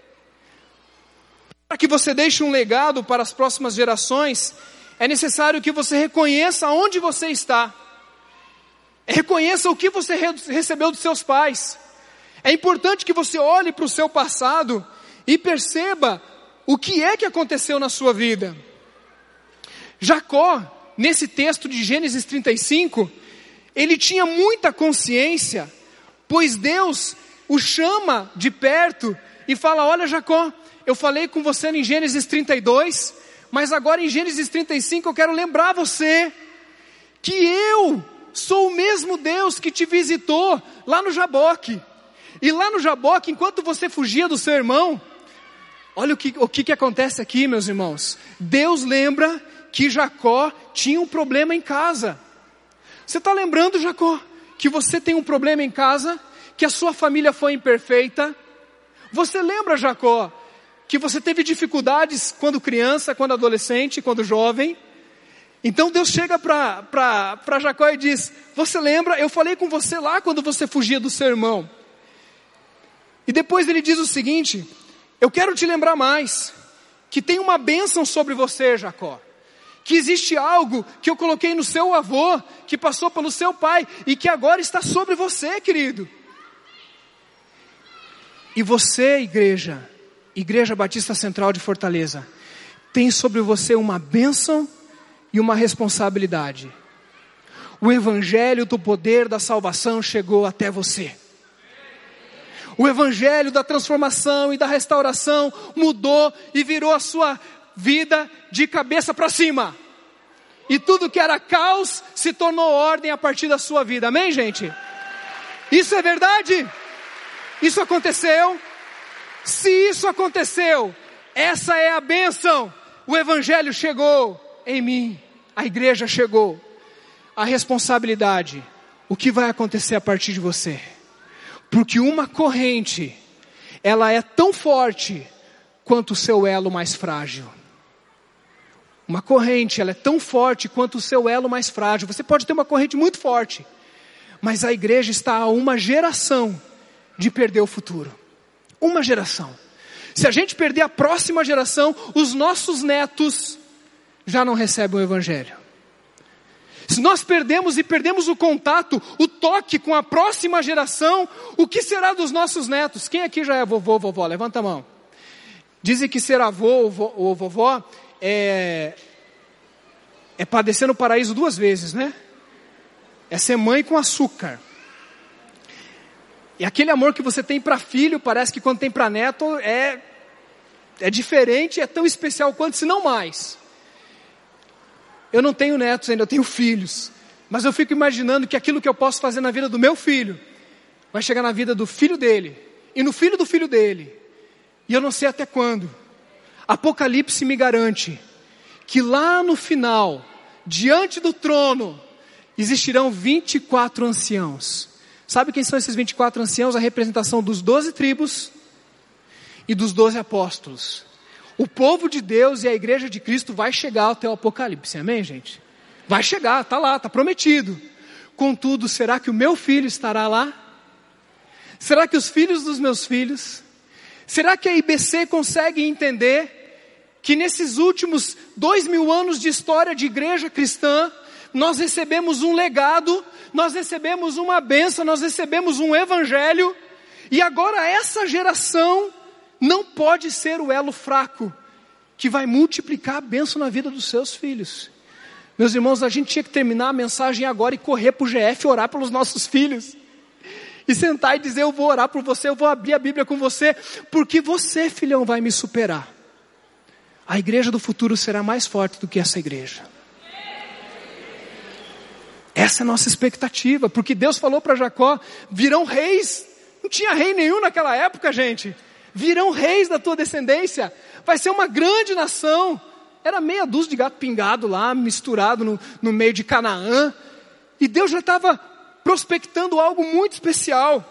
Para que você deixe um legado para as próximas gerações, é necessário que você reconheça onde você está. Reconheça o que você recebeu dos seus pais. É importante que você olhe para o seu passado e perceba o que é que aconteceu na sua vida. Jacó, nesse texto de Gênesis trinta e cinco, ele tinha muita consciência, pois Deus o chama de perto e fala: olha Jacó, eu falei com você em Gênesis trinta e dois, mas agora em Gênesis trinta e cinco eu quero lembrar você que eu sou o mesmo Deus que te visitou lá no Jaboque. E lá no Jaboque, enquanto você fugia do seu irmão, olha o que, o que, que acontece aqui, meus irmãos. Deus lembra que Jacó tinha um problema em casa. Você está lembrando, Jacó, que você tem um problema em casa, que a sua família foi imperfeita? Você lembra, Jacó, que você teve dificuldades quando criança, quando adolescente, quando jovem? Então Deus chega para Jacó e diz: você lembra, eu falei com você lá quando você fugia do seu irmão. E depois ele diz o seguinte: Eu quero te lembrar mais, que tem uma bênção sobre você, Jacó. Que existe algo que eu coloquei no seu avô, que passou pelo seu pai, e que agora está sobre você, querido. E você, igreja, Igreja Batista Central de Fortaleza, tem sobre você uma bênção e uma responsabilidade. O evangelho do poder da salvação chegou até você. O evangelho da transformação e da restauração mudou e virou a sua vida de cabeça para cima. E tudo que era caos se tornou ordem a partir da sua vida. Amém, gente? Isso é verdade? Isso aconteceu? Se isso aconteceu, essa é a bênção. O evangelho chegou em mim. A igreja chegou. A responsabilidade. O que vai acontecer a partir de você? Porque uma corrente, ela é tão forte quanto o seu elo mais frágil. Uma corrente, ela é tão forte quanto o seu elo mais frágil. Você pode ter uma corrente muito forte, mas a igreja está a uma geração de perder o futuro. Uma geração. Se a gente perder a próxima geração, os nossos netos já não recebem o evangelho. Se nós perdemos e perdemos o contato, o toque com a próxima geração, o que será dos nossos netos? Quem aqui já é vovô ou vovó? Levanta a mão. Dizem que ser avô ou vovó é, é padecer no paraíso duas vezes, né? É ser mãe com açúcar. E aquele amor que você tem para filho, parece que quando tem para neto é, é diferente, é tão especial quanto, se não mais. Eu não tenho netos ainda, eu tenho filhos. Mas eu fico imaginando que aquilo que eu posso fazer na vida do meu filho, vai chegar na vida do filho dele, e no filho do filho dele. E eu não sei até quando. Apocalipse me garante que lá no final, diante do trono, existirão vinte e quatro anciãos. Sabe quem são esses vinte e quatro anciãos? A representação dos doze tribos e dos doze apóstolos. O povo de Deus e a igreja de Cristo vai chegar até o Apocalipse, amém, gente? Vai chegar, está lá, está prometido. Contudo, será que o meu filho estará lá? Será que os filhos dos meus filhos? Será que a I B C consegue entender que nesses últimos dois mil anos de história de igreja cristã, nós recebemos um legado, nós recebemos uma bênção, nós recebemos um evangelho, e agora essa geração não pode ser o elo fraco que vai multiplicar a bênção na vida dos seus filhos. Meus irmãos, a gente tinha que terminar a mensagem agora e correr para o G F e orar pelos nossos filhos. E sentar e dizer, eu vou orar por você, eu vou abrir a Bíblia com você, porque você, filhão, vai me superar. A igreja do futuro será mais forte do que essa igreja. Essa é a nossa expectativa, porque Deus falou para Jacó, virão reis. Não tinha rei nenhum naquela época, gente. Virão reis da tua descendência. Vai ser uma grande nação. Era meia dúzia de gato pingado lá, misturado no, no meio de Canaã. E Deus já estava prospectando algo muito especial.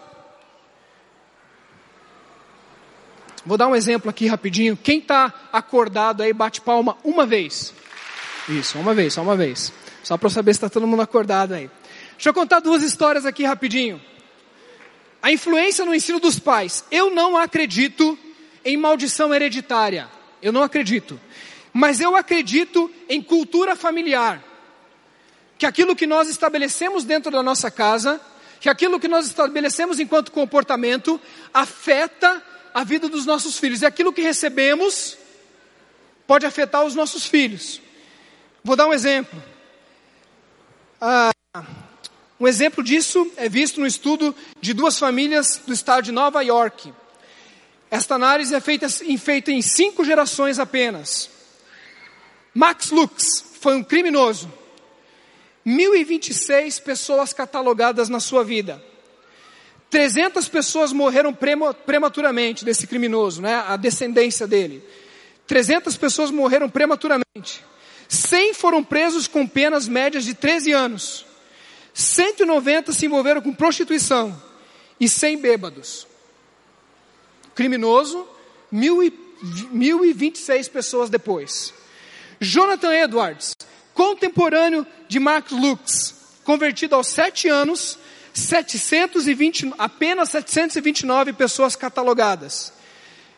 Vou dar um exemplo aqui rapidinho. Quem está acordado aí, bate palma uma vez. Isso, uma vez, só uma vez. Só para eu saber se está todo mundo acordado aí. Deixa eu contar duas histórias aqui rapidinho. A influência no ensino dos pais. Eu não acredito em maldição hereditária. Eu não acredito. Mas eu acredito em cultura familiar. Que aquilo que nós estabelecemos dentro da nossa casa, que aquilo que nós estabelecemos enquanto comportamento, afeta a vida dos nossos filhos. E aquilo que recebemos pode afetar os nossos filhos. Vou dar um exemplo. Ah, um exemplo disso é visto no estudo de duas famílias do estado de Nova York. Esta análise é feita, feita em cinco gerações apenas. Max Lux foi um criminoso. mil e vinte e seis pessoas catalogadas na sua vida. trezentas pessoas morreram prematuramente desse criminoso, né? A descendência dele. trezentas pessoas morreram prematuramente. cem foram presos com penas médias de treze anos. cento e noventa se envolveram com prostituição. E cem bêbados. Criminoso, mil e vinte e seis pessoas depois. Jonathan Edwards, contemporâneo de Max Lux, convertido aos sete anos, setecentos e vinte, apenas setecentos e vinte e nove pessoas catalogadas.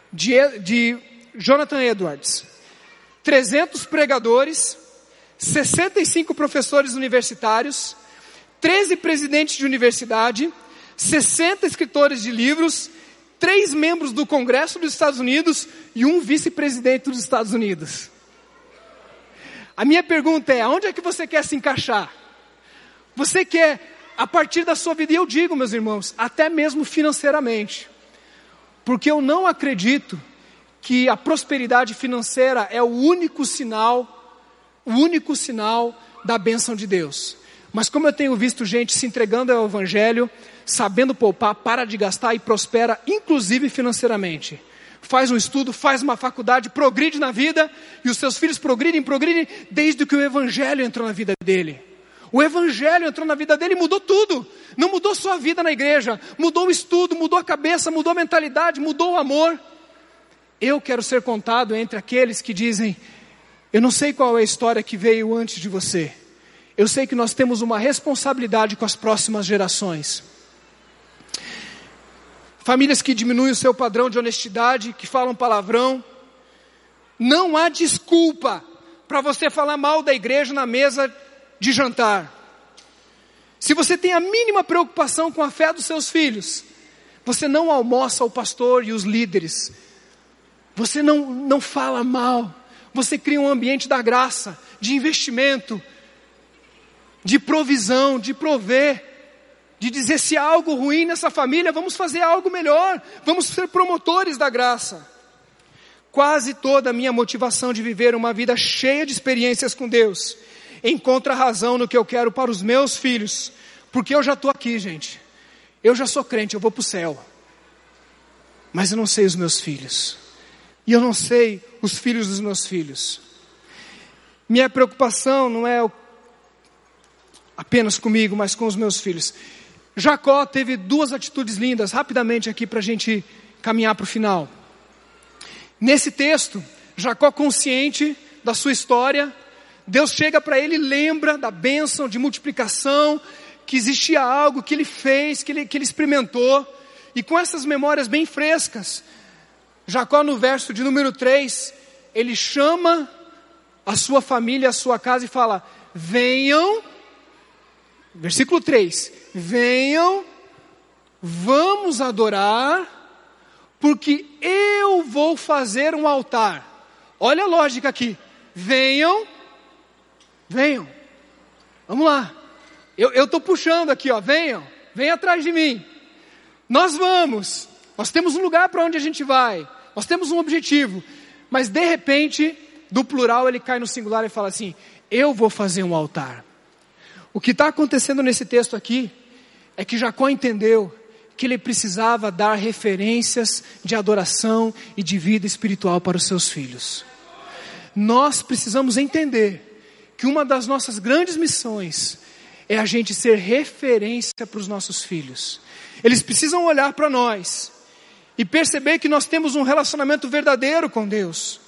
de, de Jonathan Edwards. trezentos pregadores, sessenta e cinco professores universitários, treze presidentes de universidade, sessenta escritores de livros, três membros do Congresso dos Estados Unidos e um vice-presidente dos Estados Unidos. A minha pergunta é, aonde é que você quer se encaixar? Você quer, a partir da sua vida, e eu digo, meus irmãos, até mesmo financeiramente, porque eu não acredito que a prosperidade financeira é o único sinal, o único sinal da bênção de Deus. Mas como eu tenho visto gente se entregando ao Evangelho, sabendo poupar, para de gastar e prospera, inclusive financeiramente. Faz um estudo, faz uma faculdade, progride na vida, e os seus filhos progridem, progridem, desde que o Evangelho entrou na vida dele. O Evangelho entrou na vida dele e mudou tudo. Não mudou só a vida na igreja, mudou o estudo, mudou a cabeça, mudou a mentalidade, mudou o amor. Eu quero ser contado entre aqueles que dizem, eu não sei qual é a história que veio antes de você. Eu sei que nós temos uma responsabilidade com as próximas gerações. Famílias que diminuem o seu padrão de honestidade, que falam palavrão. Não há desculpa para você falar mal da igreja na mesa de jantar. Se você tem a mínima preocupação com a fé dos seus filhos, você não almoça o pastor e os líderes. Você não, não fala mal. Você cria um ambiente da graça, de investimento, de provisão, de prover, de dizer se há algo ruim nessa família, vamos fazer algo melhor, vamos ser promotores da graça. Quase toda a minha motivação de viver uma vida cheia de experiências com Deus encontra razão no que eu quero para os meus filhos, porque eu já estou aqui, gente. Eu já sou crente, eu vou para o céu, mas eu não sei os meus filhos, e eu não sei os filhos dos meus filhos. Minha preocupação não é apenas comigo, mas com os meus filhos. Jacó teve duas atitudes lindas, rapidamente aqui para a gente caminhar para o final. Nesse texto, Jacó, consciente da sua história, Deus chega para ele e lembra da bênção de multiplicação, que existia algo que ele fez, que ele, que ele experimentou, e com essas memórias bem frescas, Jacó, no verso de número três, ele chama a sua família, a sua casa e fala, venham, versículo três, venham, vamos adorar, porque eu vou fazer um altar. Olha a lógica aqui, venham, venham, vamos lá, eu estou puxando aqui, ó, venham, venham atrás de mim, nós vamos, nós temos um lugar para onde a gente vai, nós temos um objetivo, mas de repente, do plural ele cai no singular e fala assim, eu vou fazer um altar. O que está acontecendo nesse texto aqui, é que Jacó entendeu que ele precisava dar referências de adoração e de vida espiritual para os seus filhos. Nós precisamos entender que uma das nossas grandes missões é a gente ser referência para os nossos filhos. Eles precisam olhar para nós e perceber que nós temos um relacionamento verdadeiro com Deus.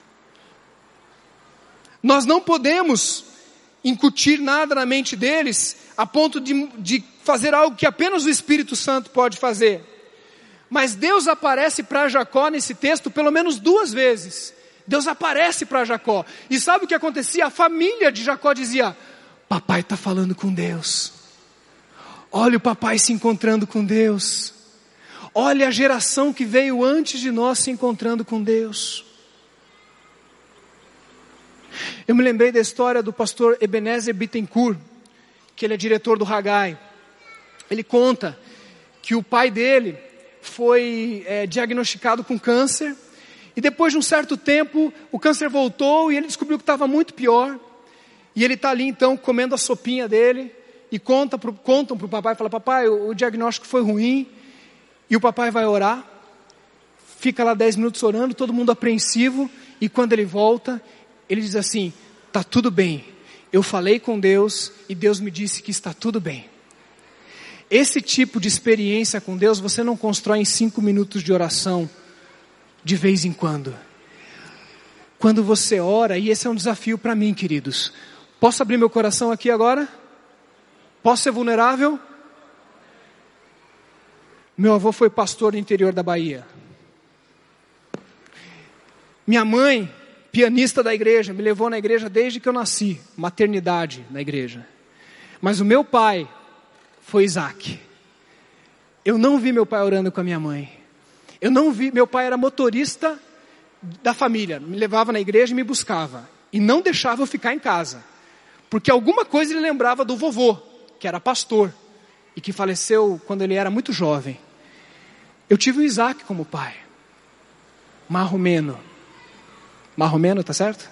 Nós não podemos incutir nada na mente deles a ponto de, de fazer algo que apenas o Espírito Santo pode fazer. Mas Deus aparece para Jacó nesse texto pelo menos duas vezes. Deus aparece para Jacó. E sabe o que acontecia? A família de Jacó dizia, papai está falando com Deus. Olha o papai se encontrando com Deus. Olha a geração que veio antes de nós se encontrando com Deus. Eu me lembrei da história do pastor Ebenezer Bittencourt, que ele é diretor do Haggai. Ele conta que o pai dele foi é, diagnosticado com câncer, e depois de um certo tempo, o câncer voltou e ele descobriu que estava muito pior, e ele está ali então comendo a sopinha dele, e conta pro, contam para o papai, fala, papai, o, o diagnóstico foi ruim, e o papai vai orar, fica lá dez minutos orando, todo mundo apreensivo, e quando ele volta, ele diz assim, está tudo bem, eu falei com Deus, e Deus me disse que está tudo bem. Esse tipo de experiência com Deus, você não constrói em cinco minutos de oração, de vez em quando. Quando você ora, e esse é um desafio para mim, queridos. Posso abrir meu coração aqui agora? Posso ser vulnerável? Meu avô foi pastor no interior da Bahia. Minha mãe, pianista da igreja, me levou na igreja desde que eu nasci, maternidade na igreja. Mas o meu pai foi Isaac. Eu não vi meu pai orando com a minha mãe. Eu não vi, meu pai era motorista da família, me levava na igreja e me buscava. E não deixava eu ficar em casa. Porque alguma coisa ele lembrava do vovô, que era pastor, e que faleceu quando ele era muito jovem. Eu tive o Isaac como pai. Marromeno. Marromeno, tá certo?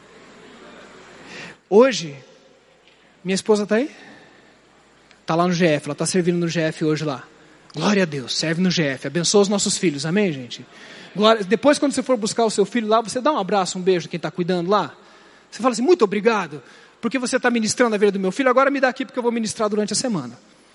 Hoje, minha esposa está aí? Está lá no G F, ela está servindo no G F hoje lá. Glória a Deus, serve no G F, abençoa os nossos filhos, amém, gente? Glória, depois, quando você for buscar o seu filho lá, você dá um abraço, um beijo, quem está cuidando lá. Você fala assim, muito obrigado, porque você está ministrando a vida do meu filho, agora me dá aqui porque eu vou ministrar durante a semana.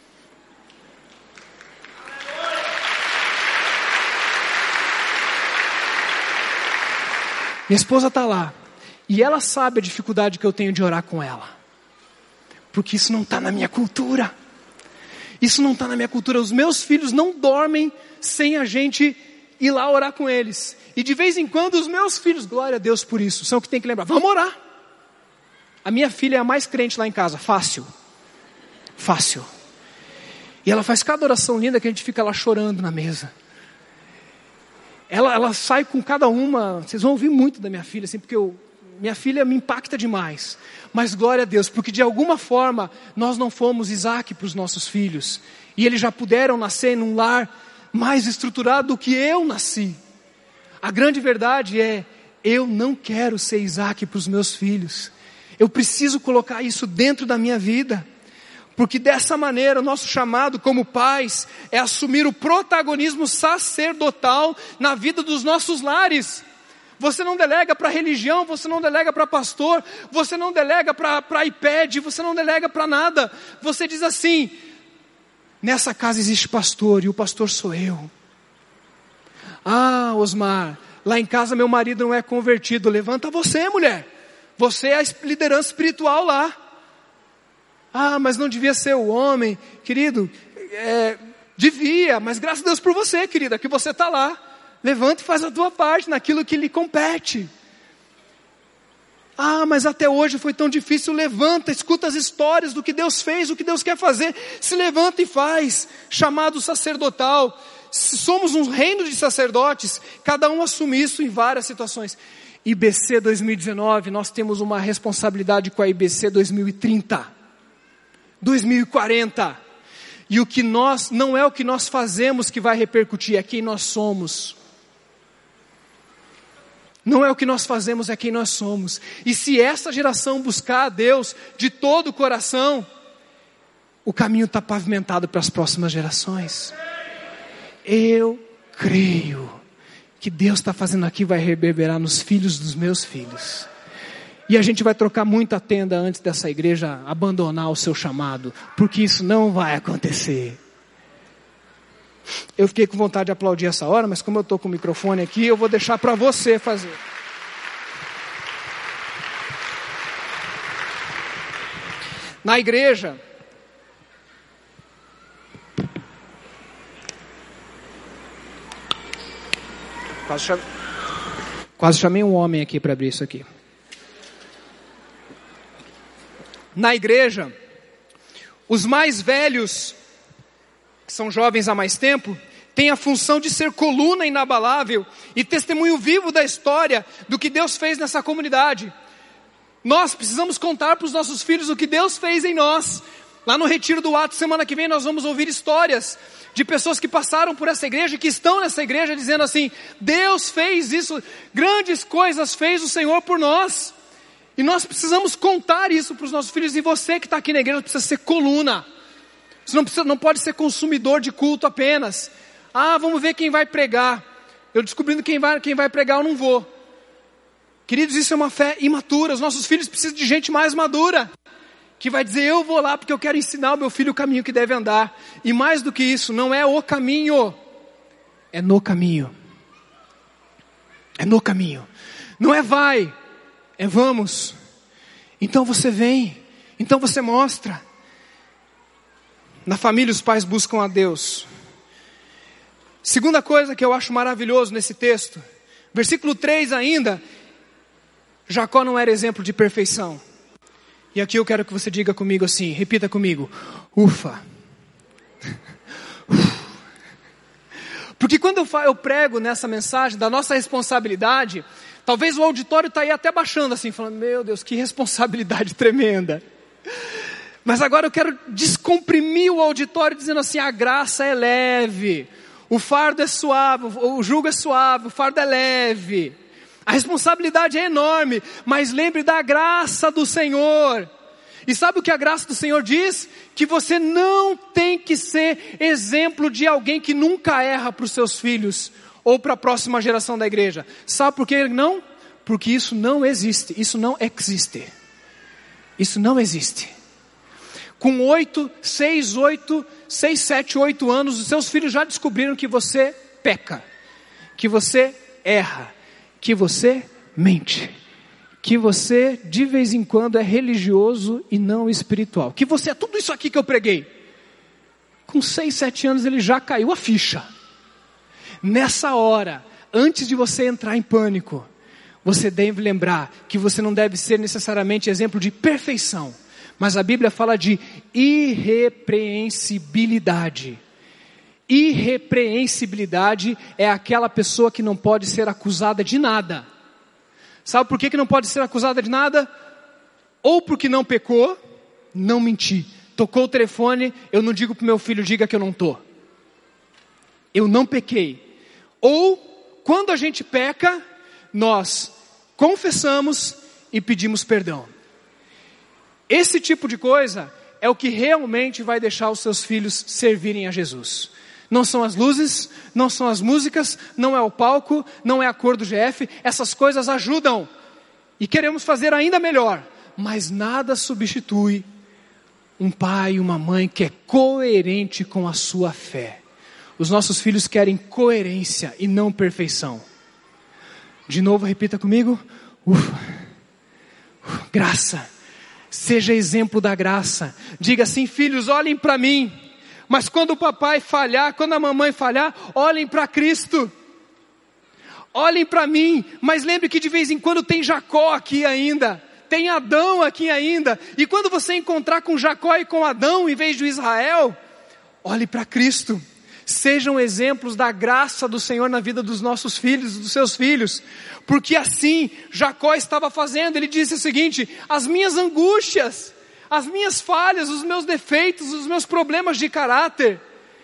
Minha esposa está lá, e ela sabe a dificuldade que eu tenho de orar com ela, porque isso não está na minha cultura. Isso não está na minha cultura. Os meus filhos não dormem sem a gente ir lá orar com eles. E de vez em quando os meus filhos, glória a Deus por isso, são que tem que lembrar, vamos orar. A minha filha é a mais crente lá em casa, fácil. Fácil. E ela faz cada oração linda que a gente fica lá chorando na mesa. Ela, ela sai com cada uma, vocês vão ouvir muito da minha filha, assim, porque eu, minha filha me impacta demais. Mas glória a Deus, porque de alguma forma nós não fomos Isaac para os nossos filhos. E eles já puderam nascer num lar mais estruturado do que eu nasci. A grande verdade é, eu não quero ser Isaac para os meus filhos. Eu preciso colocar isso dentro da minha vida. Porque dessa maneira o nosso chamado como pais é assumir o protagonismo sacerdotal na vida dos nossos lares. Você não delega para religião, você não delega para pastor, você não delega para iPad, você não delega para nada. Você diz assim, nessa casa existe pastor e o pastor sou eu. Ah, Osmar, lá em casa meu marido não é convertido. Levanta você, mulher. Você é a liderança espiritual lá. Ah, mas não devia ser o homem. Querido, é, devia, mas graças a Deus por você, querida, que você está lá. Levanta e faz a tua parte naquilo que lhe compete. Ah, mas até hoje foi tão difícil. Levanta, escuta as histórias do que Deus fez, o que Deus quer fazer. Se levanta e faz. Chamado sacerdotal. Somos um reino de sacerdotes. Cada um assume isso em várias situações. I B C dois mil e dezenove, nós temos uma responsabilidade com a I B C dois mil e trinta. dois mil e quarenta. E o que nós, não é o que nós fazemos que vai repercutir, é quem nós somos. Não é o que nós fazemos, é quem nós somos. E se essa geração buscar a Deus de todo o coração, o caminho está pavimentado para as próximas gerações. Eu creio que Deus está fazendo aqui vai reverberar nos filhos dos meus filhos. E a gente vai trocar muita tenda antes dessa igreja abandonar o seu chamado, porque isso não vai acontecer. Eu fiquei com vontade de aplaudir essa hora, mas como eu estou com o microfone aqui, eu vou deixar para você fazer. Na igreja, quase chamei, quase chamei um homem aqui para abrir isso aqui. Na igreja, os mais velhos, que são jovens há mais tempo, têm a função de ser coluna inabalável e testemunho vivo da história do que Deus fez nessa comunidade. Nós precisamos contar para os nossos filhos o que Deus fez em nós. Lá no Retiro do Ato, semana que vem, nós vamos ouvir histórias de pessoas que passaram por essa igreja, que estão nessa igreja, dizendo assim, Deus fez isso, grandes coisas fez o Senhor por nós. E nós precisamos contar isso para os nossos filhos. E você que está aqui na igreja precisa ser coluna. Você não, precisa, não pode ser consumidor de culto apenas. Ah, vamos ver quem vai pregar. Eu descobrindo quem vai, quem vai pregar, eu não vou. Queridos, isso é uma fé imatura. Os nossos filhos precisam de gente mais madura, que vai dizer, eu vou lá porque eu quero ensinar o meu filho o caminho que deve andar. E mais do que isso, não é o caminho, é no caminho. É no caminho. Não é vai, é vamos. Então você vem, então você mostra. Na família os pais buscam a Deus. Segunda coisa que eu acho maravilhoso nesse texto, Versículo três ainda, Jacó não era exemplo de perfeição. E aqui eu quero que você diga comigo assim, repita comigo, ufa. Porque quando eu, eu prego nessa mensagem da nossa responsabilidade, talvez o auditório está aí até baixando assim, falando, meu Deus, que responsabilidade tremenda. Mas agora eu quero descomprimir o auditório dizendo assim, a graça é leve, o fardo é suave, o jugo é suave, o fardo é leve. A responsabilidade é enorme, mas lembre da graça do Senhor. E sabe o que a graça do Senhor diz? Que você não tem que ser exemplo de alguém que nunca erra para os seus filhos ou para a próxima geração da igreja. Sabe por que não? Porque isso não existe, isso não existe. Isso não existe. Com oito, seis, oito, seis, sete, oito anos, os seus filhos já descobriram que você peca, que você erra, que você mente, que você de vez em quando é religioso e não espiritual, que você é tudo isso aqui que eu preguei. Com seis, sete anos ele já caiu a ficha. Nessa hora, antes de você entrar em pânico, você deve lembrar que você não deve ser necessariamente exemplo de perfeição, mas a Bíblia fala de irrepreensibilidade. Irrepreensibilidade é aquela pessoa que não pode ser acusada de nada. Sabe por que que não pode ser acusada de nada? Ou porque não pecou, não menti. Tocou o telefone, eu não digo para o meu filho, diga que eu não estou. Eu não pequei. Ou, quando a gente peca, nós confessamos e pedimos perdão. Esse tipo de coisa é o que realmente vai deixar os seus filhos servirem a Jesus. Não são as luzes, não são as músicas, não é o palco, não é a cor do G F. Essas coisas ajudam. E queremos fazer ainda melhor. Mas nada substitui um pai e uma mãe que é coerente com a sua fé. Os nossos filhos querem coerência e não perfeição. De novo, repita comigo. Ufa. Uf, graça. Seja exemplo da graça. Diga assim, filhos, olhem para mim. Mas quando o papai falhar, quando a mamãe falhar, olhem para Cristo. Olhem para mim. Mas lembre que de vez em quando tem Jacó aqui ainda. Tem Adão aqui ainda. E quando você encontrar com Jacó e com Adão, em vez de Israel, olhe para Cristo. Sejam exemplos da graça do Senhor na vida dos nossos filhos, dos seus filhos. Porque assim Jacó estava fazendo. Ele disse o seguinte, as minhas angústias, as minhas falhas, os meus defeitos, os meus problemas de caráter,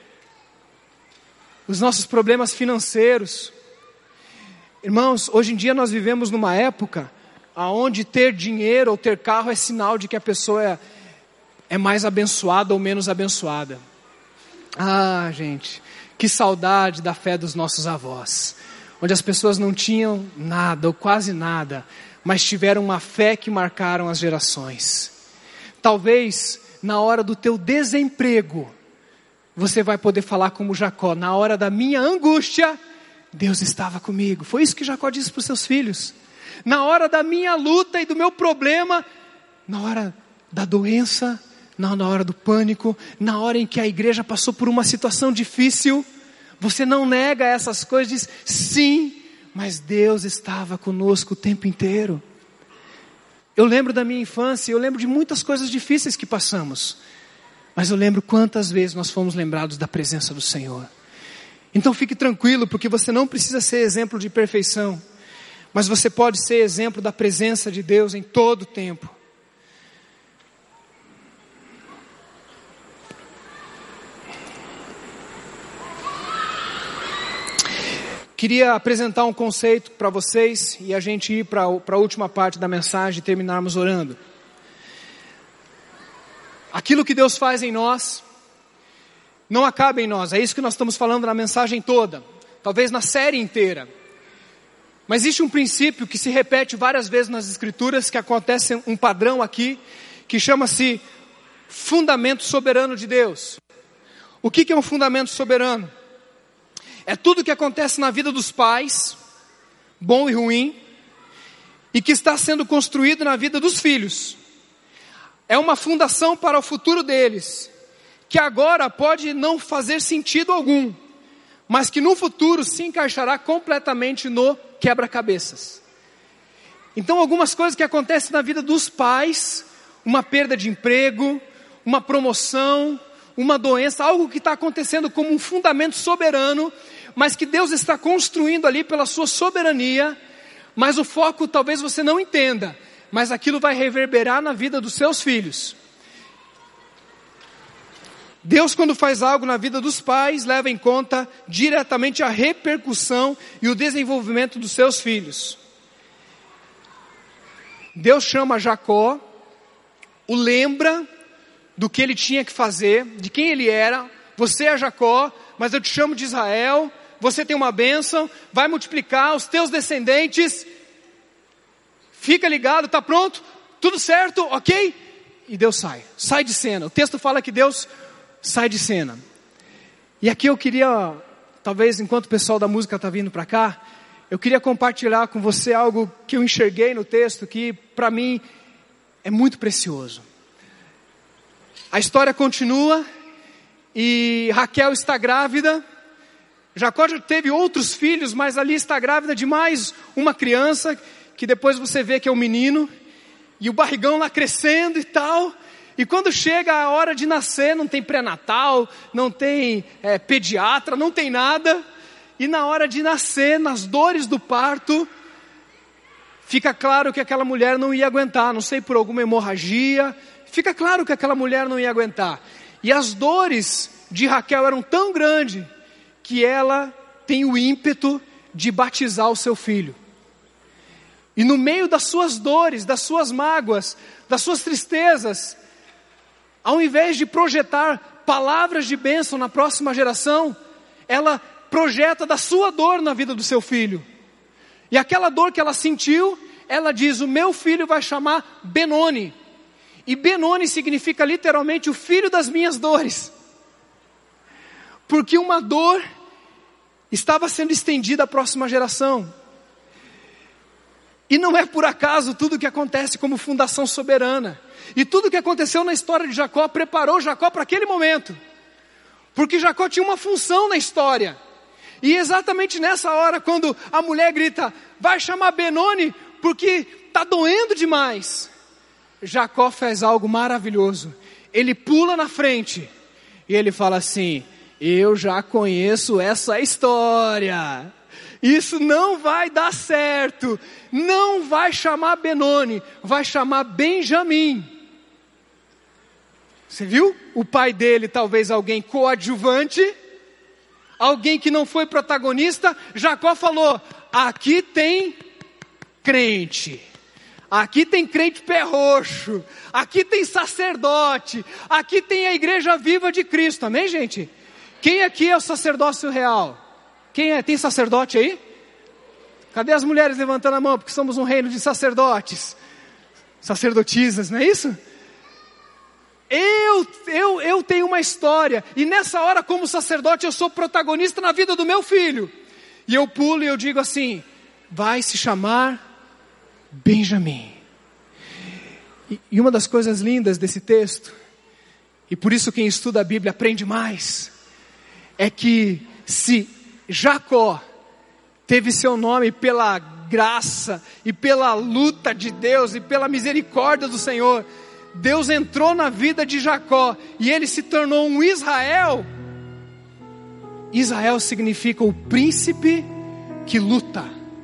os nossos problemas financeiros. Irmãos, hoje em dia nós vivemos numa época onde ter dinheiro ou ter carro é sinal de que a pessoa é, é mais abençoada ou menos abençoada. Ah, gente, que saudade da fé dos nossos avós, onde as pessoas não tinham nada ou quase nada, mas tiveram uma fé que marcaram as gerações. Talvez na hora do teu desemprego, você vai poder falar como Jacó, na hora da minha angústia, Deus estava comigo. Foi isso que Jacó disse para os seus filhos. Na hora da minha luta e do meu problema, na hora da doença, na hora do pânico, na hora em que a igreja passou por uma situação difícil, você não nega essas coisas, diz sim, mas Deus estava conosco o tempo inteiro. Eu lembro da minha infância, eu lembro de muitas coisas difíceis que passamos, mas eu lembro quantas vezes nós fomos lembrados da presença do Senhor. Então fique tranquilo, porque você não precisa ser exemplo de perfeição, mas você pode ser exemplo da presença de Deus em todo o tempo. Queria apresentar um conceito para vocês e a gente ir para a última parte da mensagem e terminarmos orando. Aquilo que Deus faz em nós, não acaba em nós. É isso que nós estamos falando na mensagem toda. Talvez na série inteira. Mas existe um princípio que se repete várias vezes nas Escrituras, que acontece um padrão aqui, que chama-se fundamento soberano de Deus. O que que é um fundamento soberano? É tudo que acontece na vida dos pais, bom e ruim, e que está sendo construído na vida dos filhos. É uma fundação para o futuro deles, que agora pode não fazer sentido algum, mas que no futuro se encaixará completamente no quebra-cabeças. Então, algumas coisas que acontecem na vida dos pais, uma perda de emprego, uma promoção, uma doença, algo que está acontecendo como um fundamento soberano, mas que Deus está construindo ali pela sua soberania, mas o foco talvez você não entenda, mas aquilo vai reverberar na vida dos seus filhos. Deus, quando faz algo na vida dos pais, leva em conta diretamente a repercussão e o desenvolvimento dos seus filhos. Deus chama Jacó, o lembra do que ele tinha que fazer, de quem ele era. Você é Jacó, mas eu te chamo de Israel. Você tem uma bênção, vai multiplicar os teus descendentes. Fica ligado, está pronto? Tudo certo, ok? E Deus sai, sai de cena. O texto fala que Deus sai de cena. E aqui eu queria, talvez enquanto o pessoal da música está vindo para cá, eu queria compartilhar com você algo que eu enxerguei no texto, que para mim é muito precioso. A história continua e Raquel está grávida. Jacó já teve outros filhos, mas ali está grávida de mais uma criança, que depois você vê que é um menino, e o barrigão lá crescendo e tal. E quando chega a hora de nascer, não tem pré-natal, não tem é, pediatra, não tem nada. E na hora de nascer, nas dores do parto, fica claro que aquela mulher não ia aguentar, não sei por alguma hemorragia, fica claro que aquela mulher não ia aguentar. E as dores de Raquel eram tão grandes, que ela tem o ímpeto de batizar o seu filho. E no meio das suas dores, das suas mágoas, das suas tristezas, ao invés de projetar palavras de bênção na próxima geração, ela projeta da sua dor na vida do seu filho. E aquela dor que ela sentiu, ela diz: o meu filho vai chamar Benoni. E Benoni significa literalmente o filho das minhas dores. Porque uma dor estava sendo estendida à próxima geração. E não é por acaso tudo o que acontece como fundação soberana. E tudo o que aconteceu na história de Jacó preparou Jacó para aquele momento. Porque Jacó tinha uma função na história. E exatamente nessa hora, quando a mulher grita: vai chamar Benoni, porque está doendo demais, Jacó faz algo maravilhoso. Ele pula na frente e ele fala assim: eu já conheço essa história. Isso não vai dar certo. Não vai chamar Benoni, vai chamar Benjamim. Você viu? O pai dele, talvez alguém coadjuvante, alguém que não foi protagonista. Jacó falou: aqui tem crente, aqui tem crente pé roxo, aqui tem sacerdote, aqui tem a igreja viva de Cristo. Amém, gente? Quem aqui é o sacerdócio real? Quem é? Tem sacerdote aí? Cadê as mulheres levantando a mão? Porque somos um reino de sacerdotes, sacerdotisas, não é isso? Eu, eu, eu tenho uma história, e nessa hora, como sacerdote, eu sou protagonista na vida do meu filho. E eu pulo e eu digo assim: vai se chamar Benjamim. E, e uma das coisas lindas desse texto, e por isso quem estuda a Bíblia aprende mais, é que se Jacó teve seu nome pela graça e pela luta de Deus e pela misericórdia do Senhor, Deus entrou na vida de Jacó e ele se tornou um Israel. Israel significa o príncipe que luta.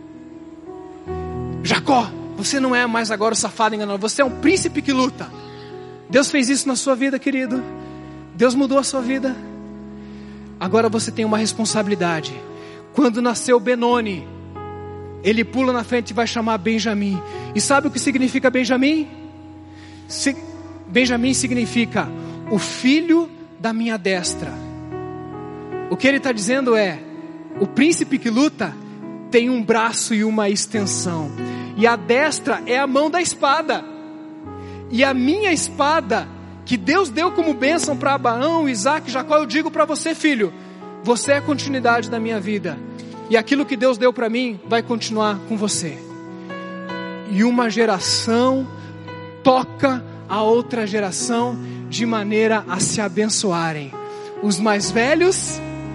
Jacó, você não é mais agora o safado enganado, você é um príncipe que luta. Deus fez isso na sua vida, querido. Deus mudou a sua vida. Agora você tem uma responsabilidade. Quando nasceu Benoni, ele pula na frente e vai chamar Benjamim. E sabe o que significa Benjamim? Se, Benjamim significa o filho da minha destra. O que ele está dizendo é: o príncipe que luta tem um braço e uma extensão, e a destra é a mão da espada. E a minha espada, que Deus deu como bênção para Abraão, Isaac, Jacó, eu digo para você, filho, você é a continuidade da minha vida. E aquilo que Deus deu para mim vai continuar com você. E uma geração toca a outra geração de maneira a se abençoarem. Os mais velhos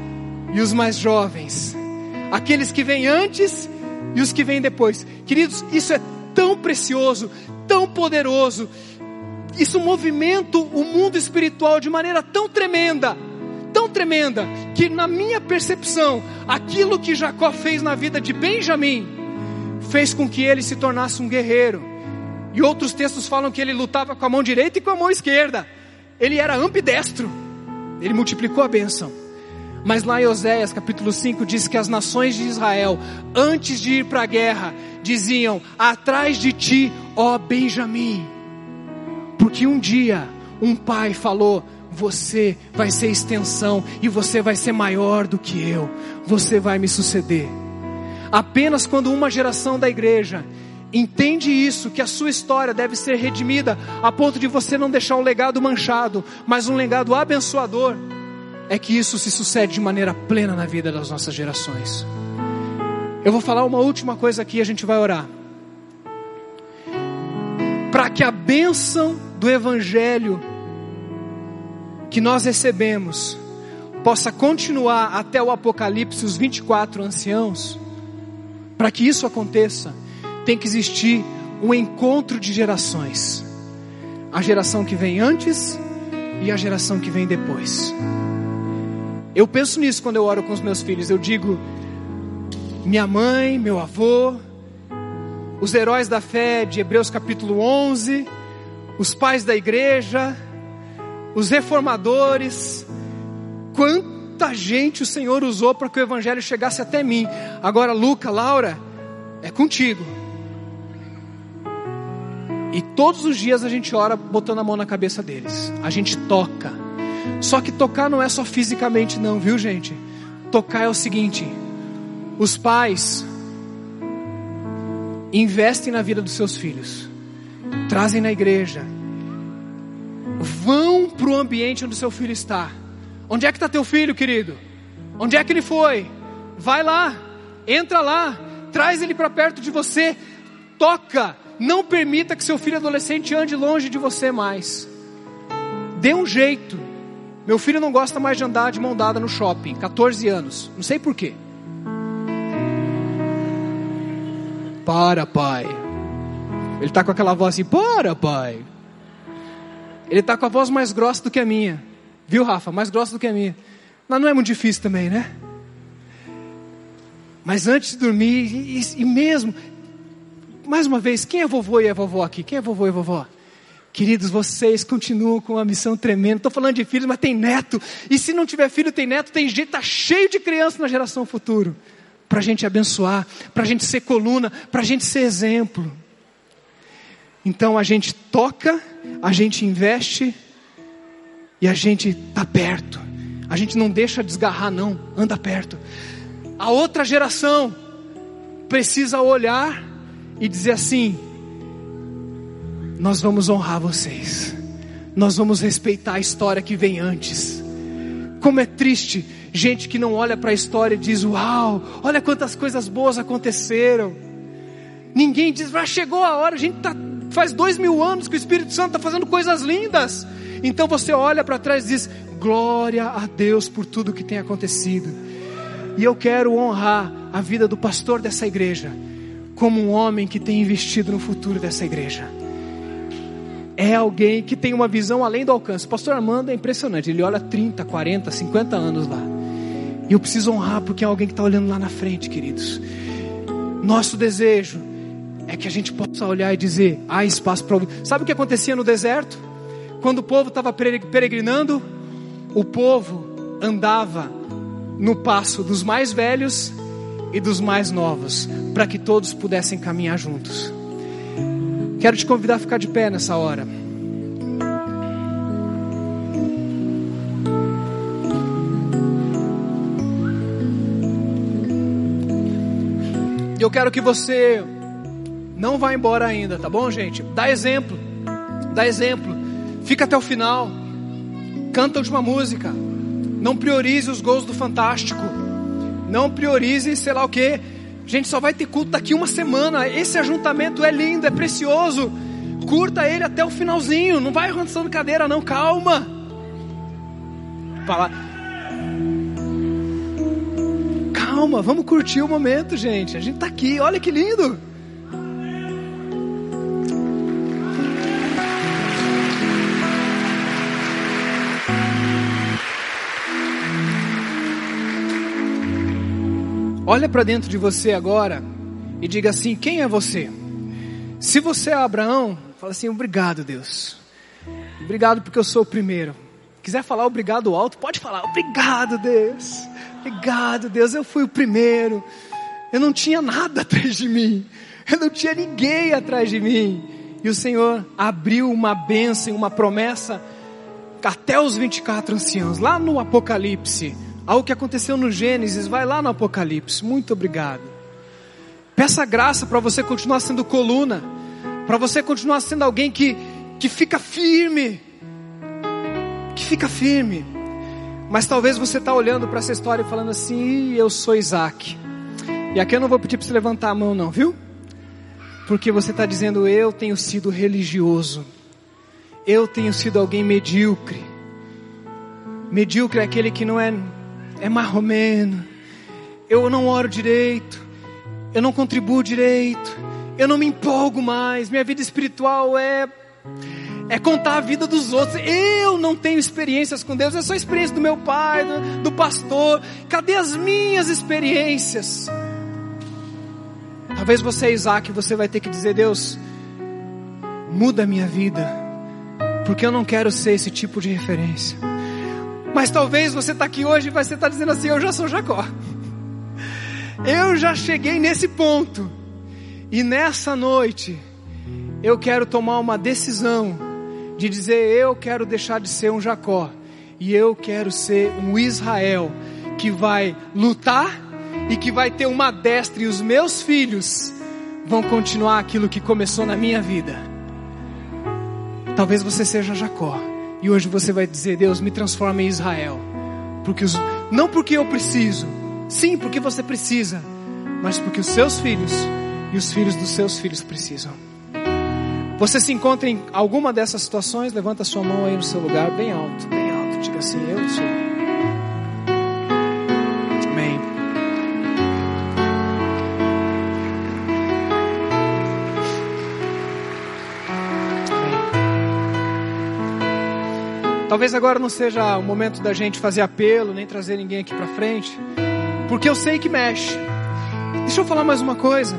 e os mais jovens, aqueles que vêm antes e os que vêm depois. Queridos, isso é tão precioso, tão poderoso. Isso movimenta o mundo espiritual de maneira tão tremenda, tão tremenda, que na minha percepção, aquilo que Jacó fez na vida de Benjamim, fez com que ele se tornasse um guerreiro. E outros textos falam que ele lutava com a mão direita e com a mão esquerda. Ele era ambidestro. Ele multiplicou a bênção. Mas lá em Oséias capítulo cinco diz que as nações de Israel, antes de ir para a guerra, diziam: atrás de ti, ó Benjamim. Porque um dia um pai falou: você vai ser extensão e você vai ser maior do que eu. Você vai me suceder. Apenas quando uma geração da igreja entende isso, que a sua história deve ser redimida a ponto de você não deixar um legado manchado, mas um legado abençoador, é que isso se sucede de maneira plena na vida das nossas gerações. Eu vou falar uma última coisa aqui e a gente vai orar. Para que a bênção do Evangelho que nós recebemos possa continuar até o Apocalipse, os vinte e quatro anciãos, para que isso aconteça, tem que existir um encontro de gerações. A geração que vem antes e a geração que vem depois. Eu penso nisso quando eu oro com os meus filhos. Eu digo: minha mãe, meu avô, os heróis da fé de Hebreus capítulo onze, os pais da igreja, os reformadores, quanta gente o Senhor usou para que o Evangelho chegasse até mim. Agora, Luca, Laura, é contigo. E todos os dias a gente ora botando a mão na cabeça deles. A gente toca. Só que tocar não é só fisicamente não, viu gente? Tocar é o seguinte: os pais investem na vida dos seus filhos, trazem na igreja, vão para o ambiente onde o seu filho está. Onde é que está teu filho, querido? Onde é que ele foi? Vai lá, entra lá, traz ele para perto de você, toca. Não permita que seu filho adolescente ande longe de você mais. Dê um jeito. Meu filho não gosta mais de andar de mão dada no shopping, catorze anos, não sei porquê. Para, pai. Ele está com aquela voz assim: para, pai. Ele está com a voz mais grossa do que a minha. Viu, Rafa? Mais grossa do que a minha. Mas não é muito difícil também, né? Mas antes de dormir, e, e mesmo... Mais uma vez, quem é vovô e é vovó aqui? Quem é vovô e vovó? Queridos, vocês continuam com uma missão tremenda. Estou falando de filhos, mas tem neto. E se não tiver filho, tem neto, tem gente, está cheio de criança na geração futura. Para a gente abençoar, para a gente ser coluna, para a gente ser exemplo. Então a gente toca, a gente investe e a gente está perto. A gente não deixa desgarrar não, anda perto. A outra geração precisa olhar e dizer assim: nós vamos honrar vocês, nós vamos respeitar a história que vem antes. Como é triste gente que não olha para a história e diz: uau, olha quantas coisas boas aconteceram. Ninguém diz: ah, chegou a hora, a gente tá, faz dois mil anos que o Espírito Santo está fazendo coisas lindas. Então você olha para trás e diz: glória a Deus por tudo que tem acontecido. E eu quero honrar a vida do pastor dessa igreja como um homem que tem investido no futuro dessa igreja. É alguém que tem uma visão além do alcance. O pastor Armando é impressionante. Ele olha trinta, quarenta, cinquenta anos lá. E eu preciso honrar porque é alguém que está olhando lá na frente, queridos. Nosso desejo é que a gente possa olhar e dizer: há espaço para... Sabe o que acontecia no deserto? Quando o povo estava peregrinando, o povo andava no passo dos mais velhos e dos mais novos, para que todos pudessem caminhar juntos. Quero te convidar a ficar de pé nessa hora. Eu quero que você não vá embora ainda, tá bom, gente? Dá exemplo, dá exemplo. Fica até o final. Canta a última música. Não priorize os gols do Fantástico. Não priorize sei lá o que. Gente, só vai ter culto daqui uma semana. Esse ajuntamento é lindo, é precioso. Curta ele até o finalzinho. Não vai arrastando cadeira não, calma. Fala. calma, vamos curtir o momento, gente. A gente está aqui, olha que lindo. Olha para dentro de você agora e diga assim: quem é você? Se você é Abraão, fala assim: obrigado, Deus. Obrigado porque eu sou o primeiro. Quiser falar obrigado alto, pode falar: obrigado, Deus. Obrigado, Deus, eu fui o primeiro. Eu não tinha nada atrás de mim. Eu não tinha ninguém atrás de mim. E o Senhor abriu uma bênção, uma promessa até os vinte e quatro anciãos, lá no Apocalipse. Algo que aconteceu no Gênesis, vai lá no Apocalipse. Muito obrigado. Peça graça para você continuar sendo coluna, para você continuar sendo alguém que, que fica firme, que fica firme. Mas talvez você está olhando para essa história e falando assim: eu sou Isaac. E aqui eu não vou pedir para você levantar a mão não, viu? Porque você está dizendo: eu tenho sido religioso, eu tenho sido alguém medíocre. Medíocre é aquele que não é... é marromeno, eu não oro direito, eu não contribuo direito, eu não me empolgo mais, minha vida espiritual é, é contar a vida dos outros, eu não tenho experiências com Deus, é só a experiência do meu pai, do, do pastor, cadê as minhas experiências? Talvez você é Isaac, você vai ter que dizer: Deus, muda a minha vida, porque eu não quero ser esse tipo de referência. Mas talvez você está aqui hoje e você está dizendo assim: eu já sou Jacó, eu já cheguei nesse ponto, e nessa noite eu quero tomar uma decisão de dizer: eu quero deixar de ser um Jacó, e eu quero ser um Israel, que vai lutar, e que vai ter uma destra, e os meus filhos vão continuar aquilo que começou na minha vida. Talvez você seja Jacó, e hoje você vai dizer: Deus, me transforma em Israel. Porque os, não porque eu preciso, sim, porque você precisa, mas porque os seus filhos e os filhos dos seus filhos precisam. Você se encontra em alguma dessas situações? Levanta sua mão aí no seu lugar, bem alto, bem alto. Diga assim: eu sou. Amém. Talvez agora não seja o momento da gente fazer apelo, nem trazer ninguém aqui para frente, porque eu sei que mexe. Deixa eu falar mais uma coisa.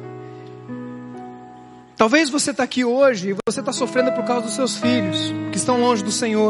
Talvez você está aqui hoje e você está sofrendo por causa dos seus filhos, que estão longe do Senhor.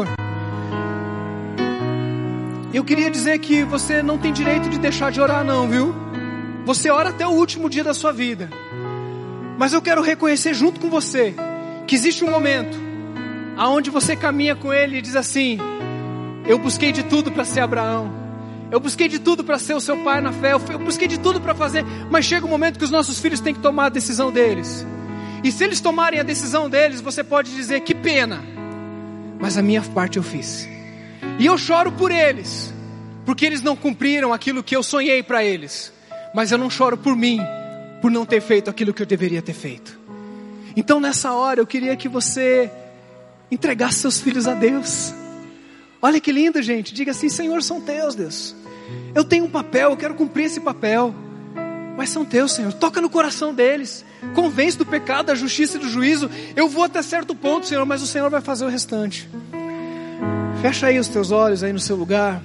Eu queria dizer que você não tem direito de deixar de orar não, viu? Você ora até o último dia da sua vida. Mas eu quero reconhecer junto com você que existe um momento aonde você caminha com Ele e diz assim: eu busquei de tudo para ser Abraão, eu busquei de tudo para ser o seu pai na fé, eu busquei de tudo para fazer, mas chega um momento que os nossos filhos têm que tomar a decisão deles. E se eles tomarem a decisão deles, você pode dizer: que pena, mas a minha parte eu fiz. E eu choro por eles, porque eles não cumpriram aquilo que eu sonhei para eles. Mas eu não choro por mim, por não ter feito aquilo que eu deveria ter feito. Então nessa hora eu queria que você entregar seus filhos a Deus. Olha que lindo, gente. Diga assim: Senhor, são teus, Deus. Eu tenho um papel, eu quero cumprir esse papel, mas são teus, Senhor. Toca no coração deles, convence do pecado, da justiça e do juízo. Eu vou até certo ponto, Senhor, mas o Senhor vai fazer o restante. Fecha aí os teus olhos aí no seu lugar.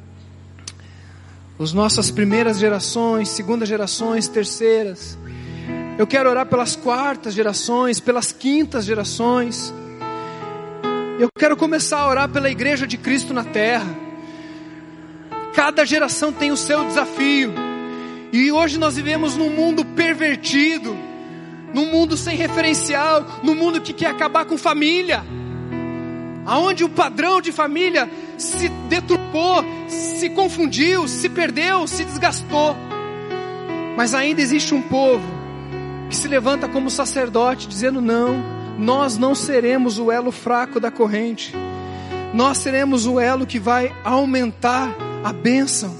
As nossas primeiras gerações, segundas gerações, terceiras. Eu quero orar pelas quartas gerações, pelas quintas gerações. Eu quero começar a orar pela igreja de Cristo na terra. Cada geração tem o seu desafio. E hoje nós vivemos num mundo pervertido, num mundo sem referencial, num mundo que quer acabar com família, aonde o padrão de família se deturpou, se confundiu, se perdeu, se desgastou. Mas ainda existe um povo que se levanta como sacerdote dizendo: não, nós não seremos o elo fraco da corrente, nós seremos o elo que vai aumentar a bênção.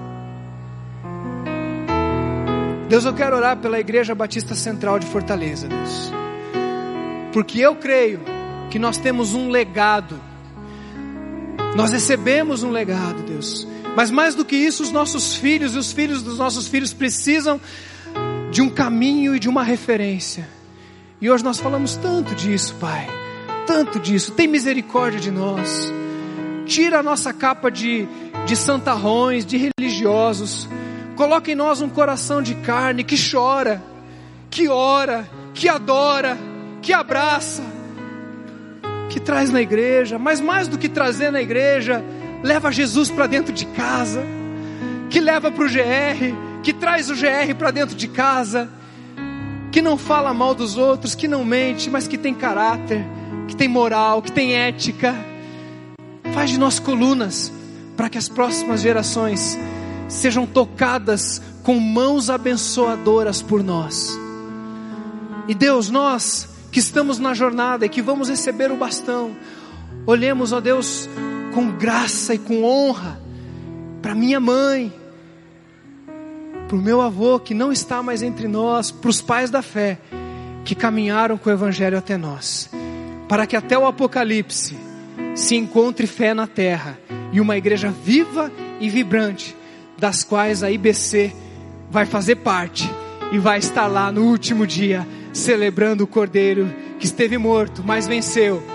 Deus, eu quero orar pela Igreja Batista Central de Fortaleza, Deus, porque eu creio que nós temos um legado, nós recebemos um legado, Deus, Mas mais do que isso, os nossos filhos e os filhos dos nossos filhos precisam de um caminho e de uma referência. E hoje nós falamos tanto disso, Pai, tanto disso. Tem misericórdia de nós. Tira a nossa capa de, de santarrões, de religiosos. Coloca em nós um coração de carne que chora, que ora, que adora, que abraça, que traz na igreja. Mas mais do que trazer na igreja, leva Jesus para dentro de casa, que leva para o G R, que traz o G R para dentro de casa, que não fala mal dos outros, que não mente, mas que tem caráter, que tem moral, que tem ética. Faz de nós colunas, para que as próximas gerações sejam tocadas com mãos abençoadoras por nós. E Deus, nós que estamos na jornada e que vamos receber o bastão, olhemos, ó Deus, com graça e com honra para minha mãe, para o meu avô que não está mais entre nós, para os pais da fé que caminharam com o Evangelho até nós, para que até o Apocalipse se encontre fé na terra e uma igreja viva e vibrante, das quais a I B C vai fazer parte e vai estar lá no último dia celebrando o Cordeiro que esteve morto, mas venceu,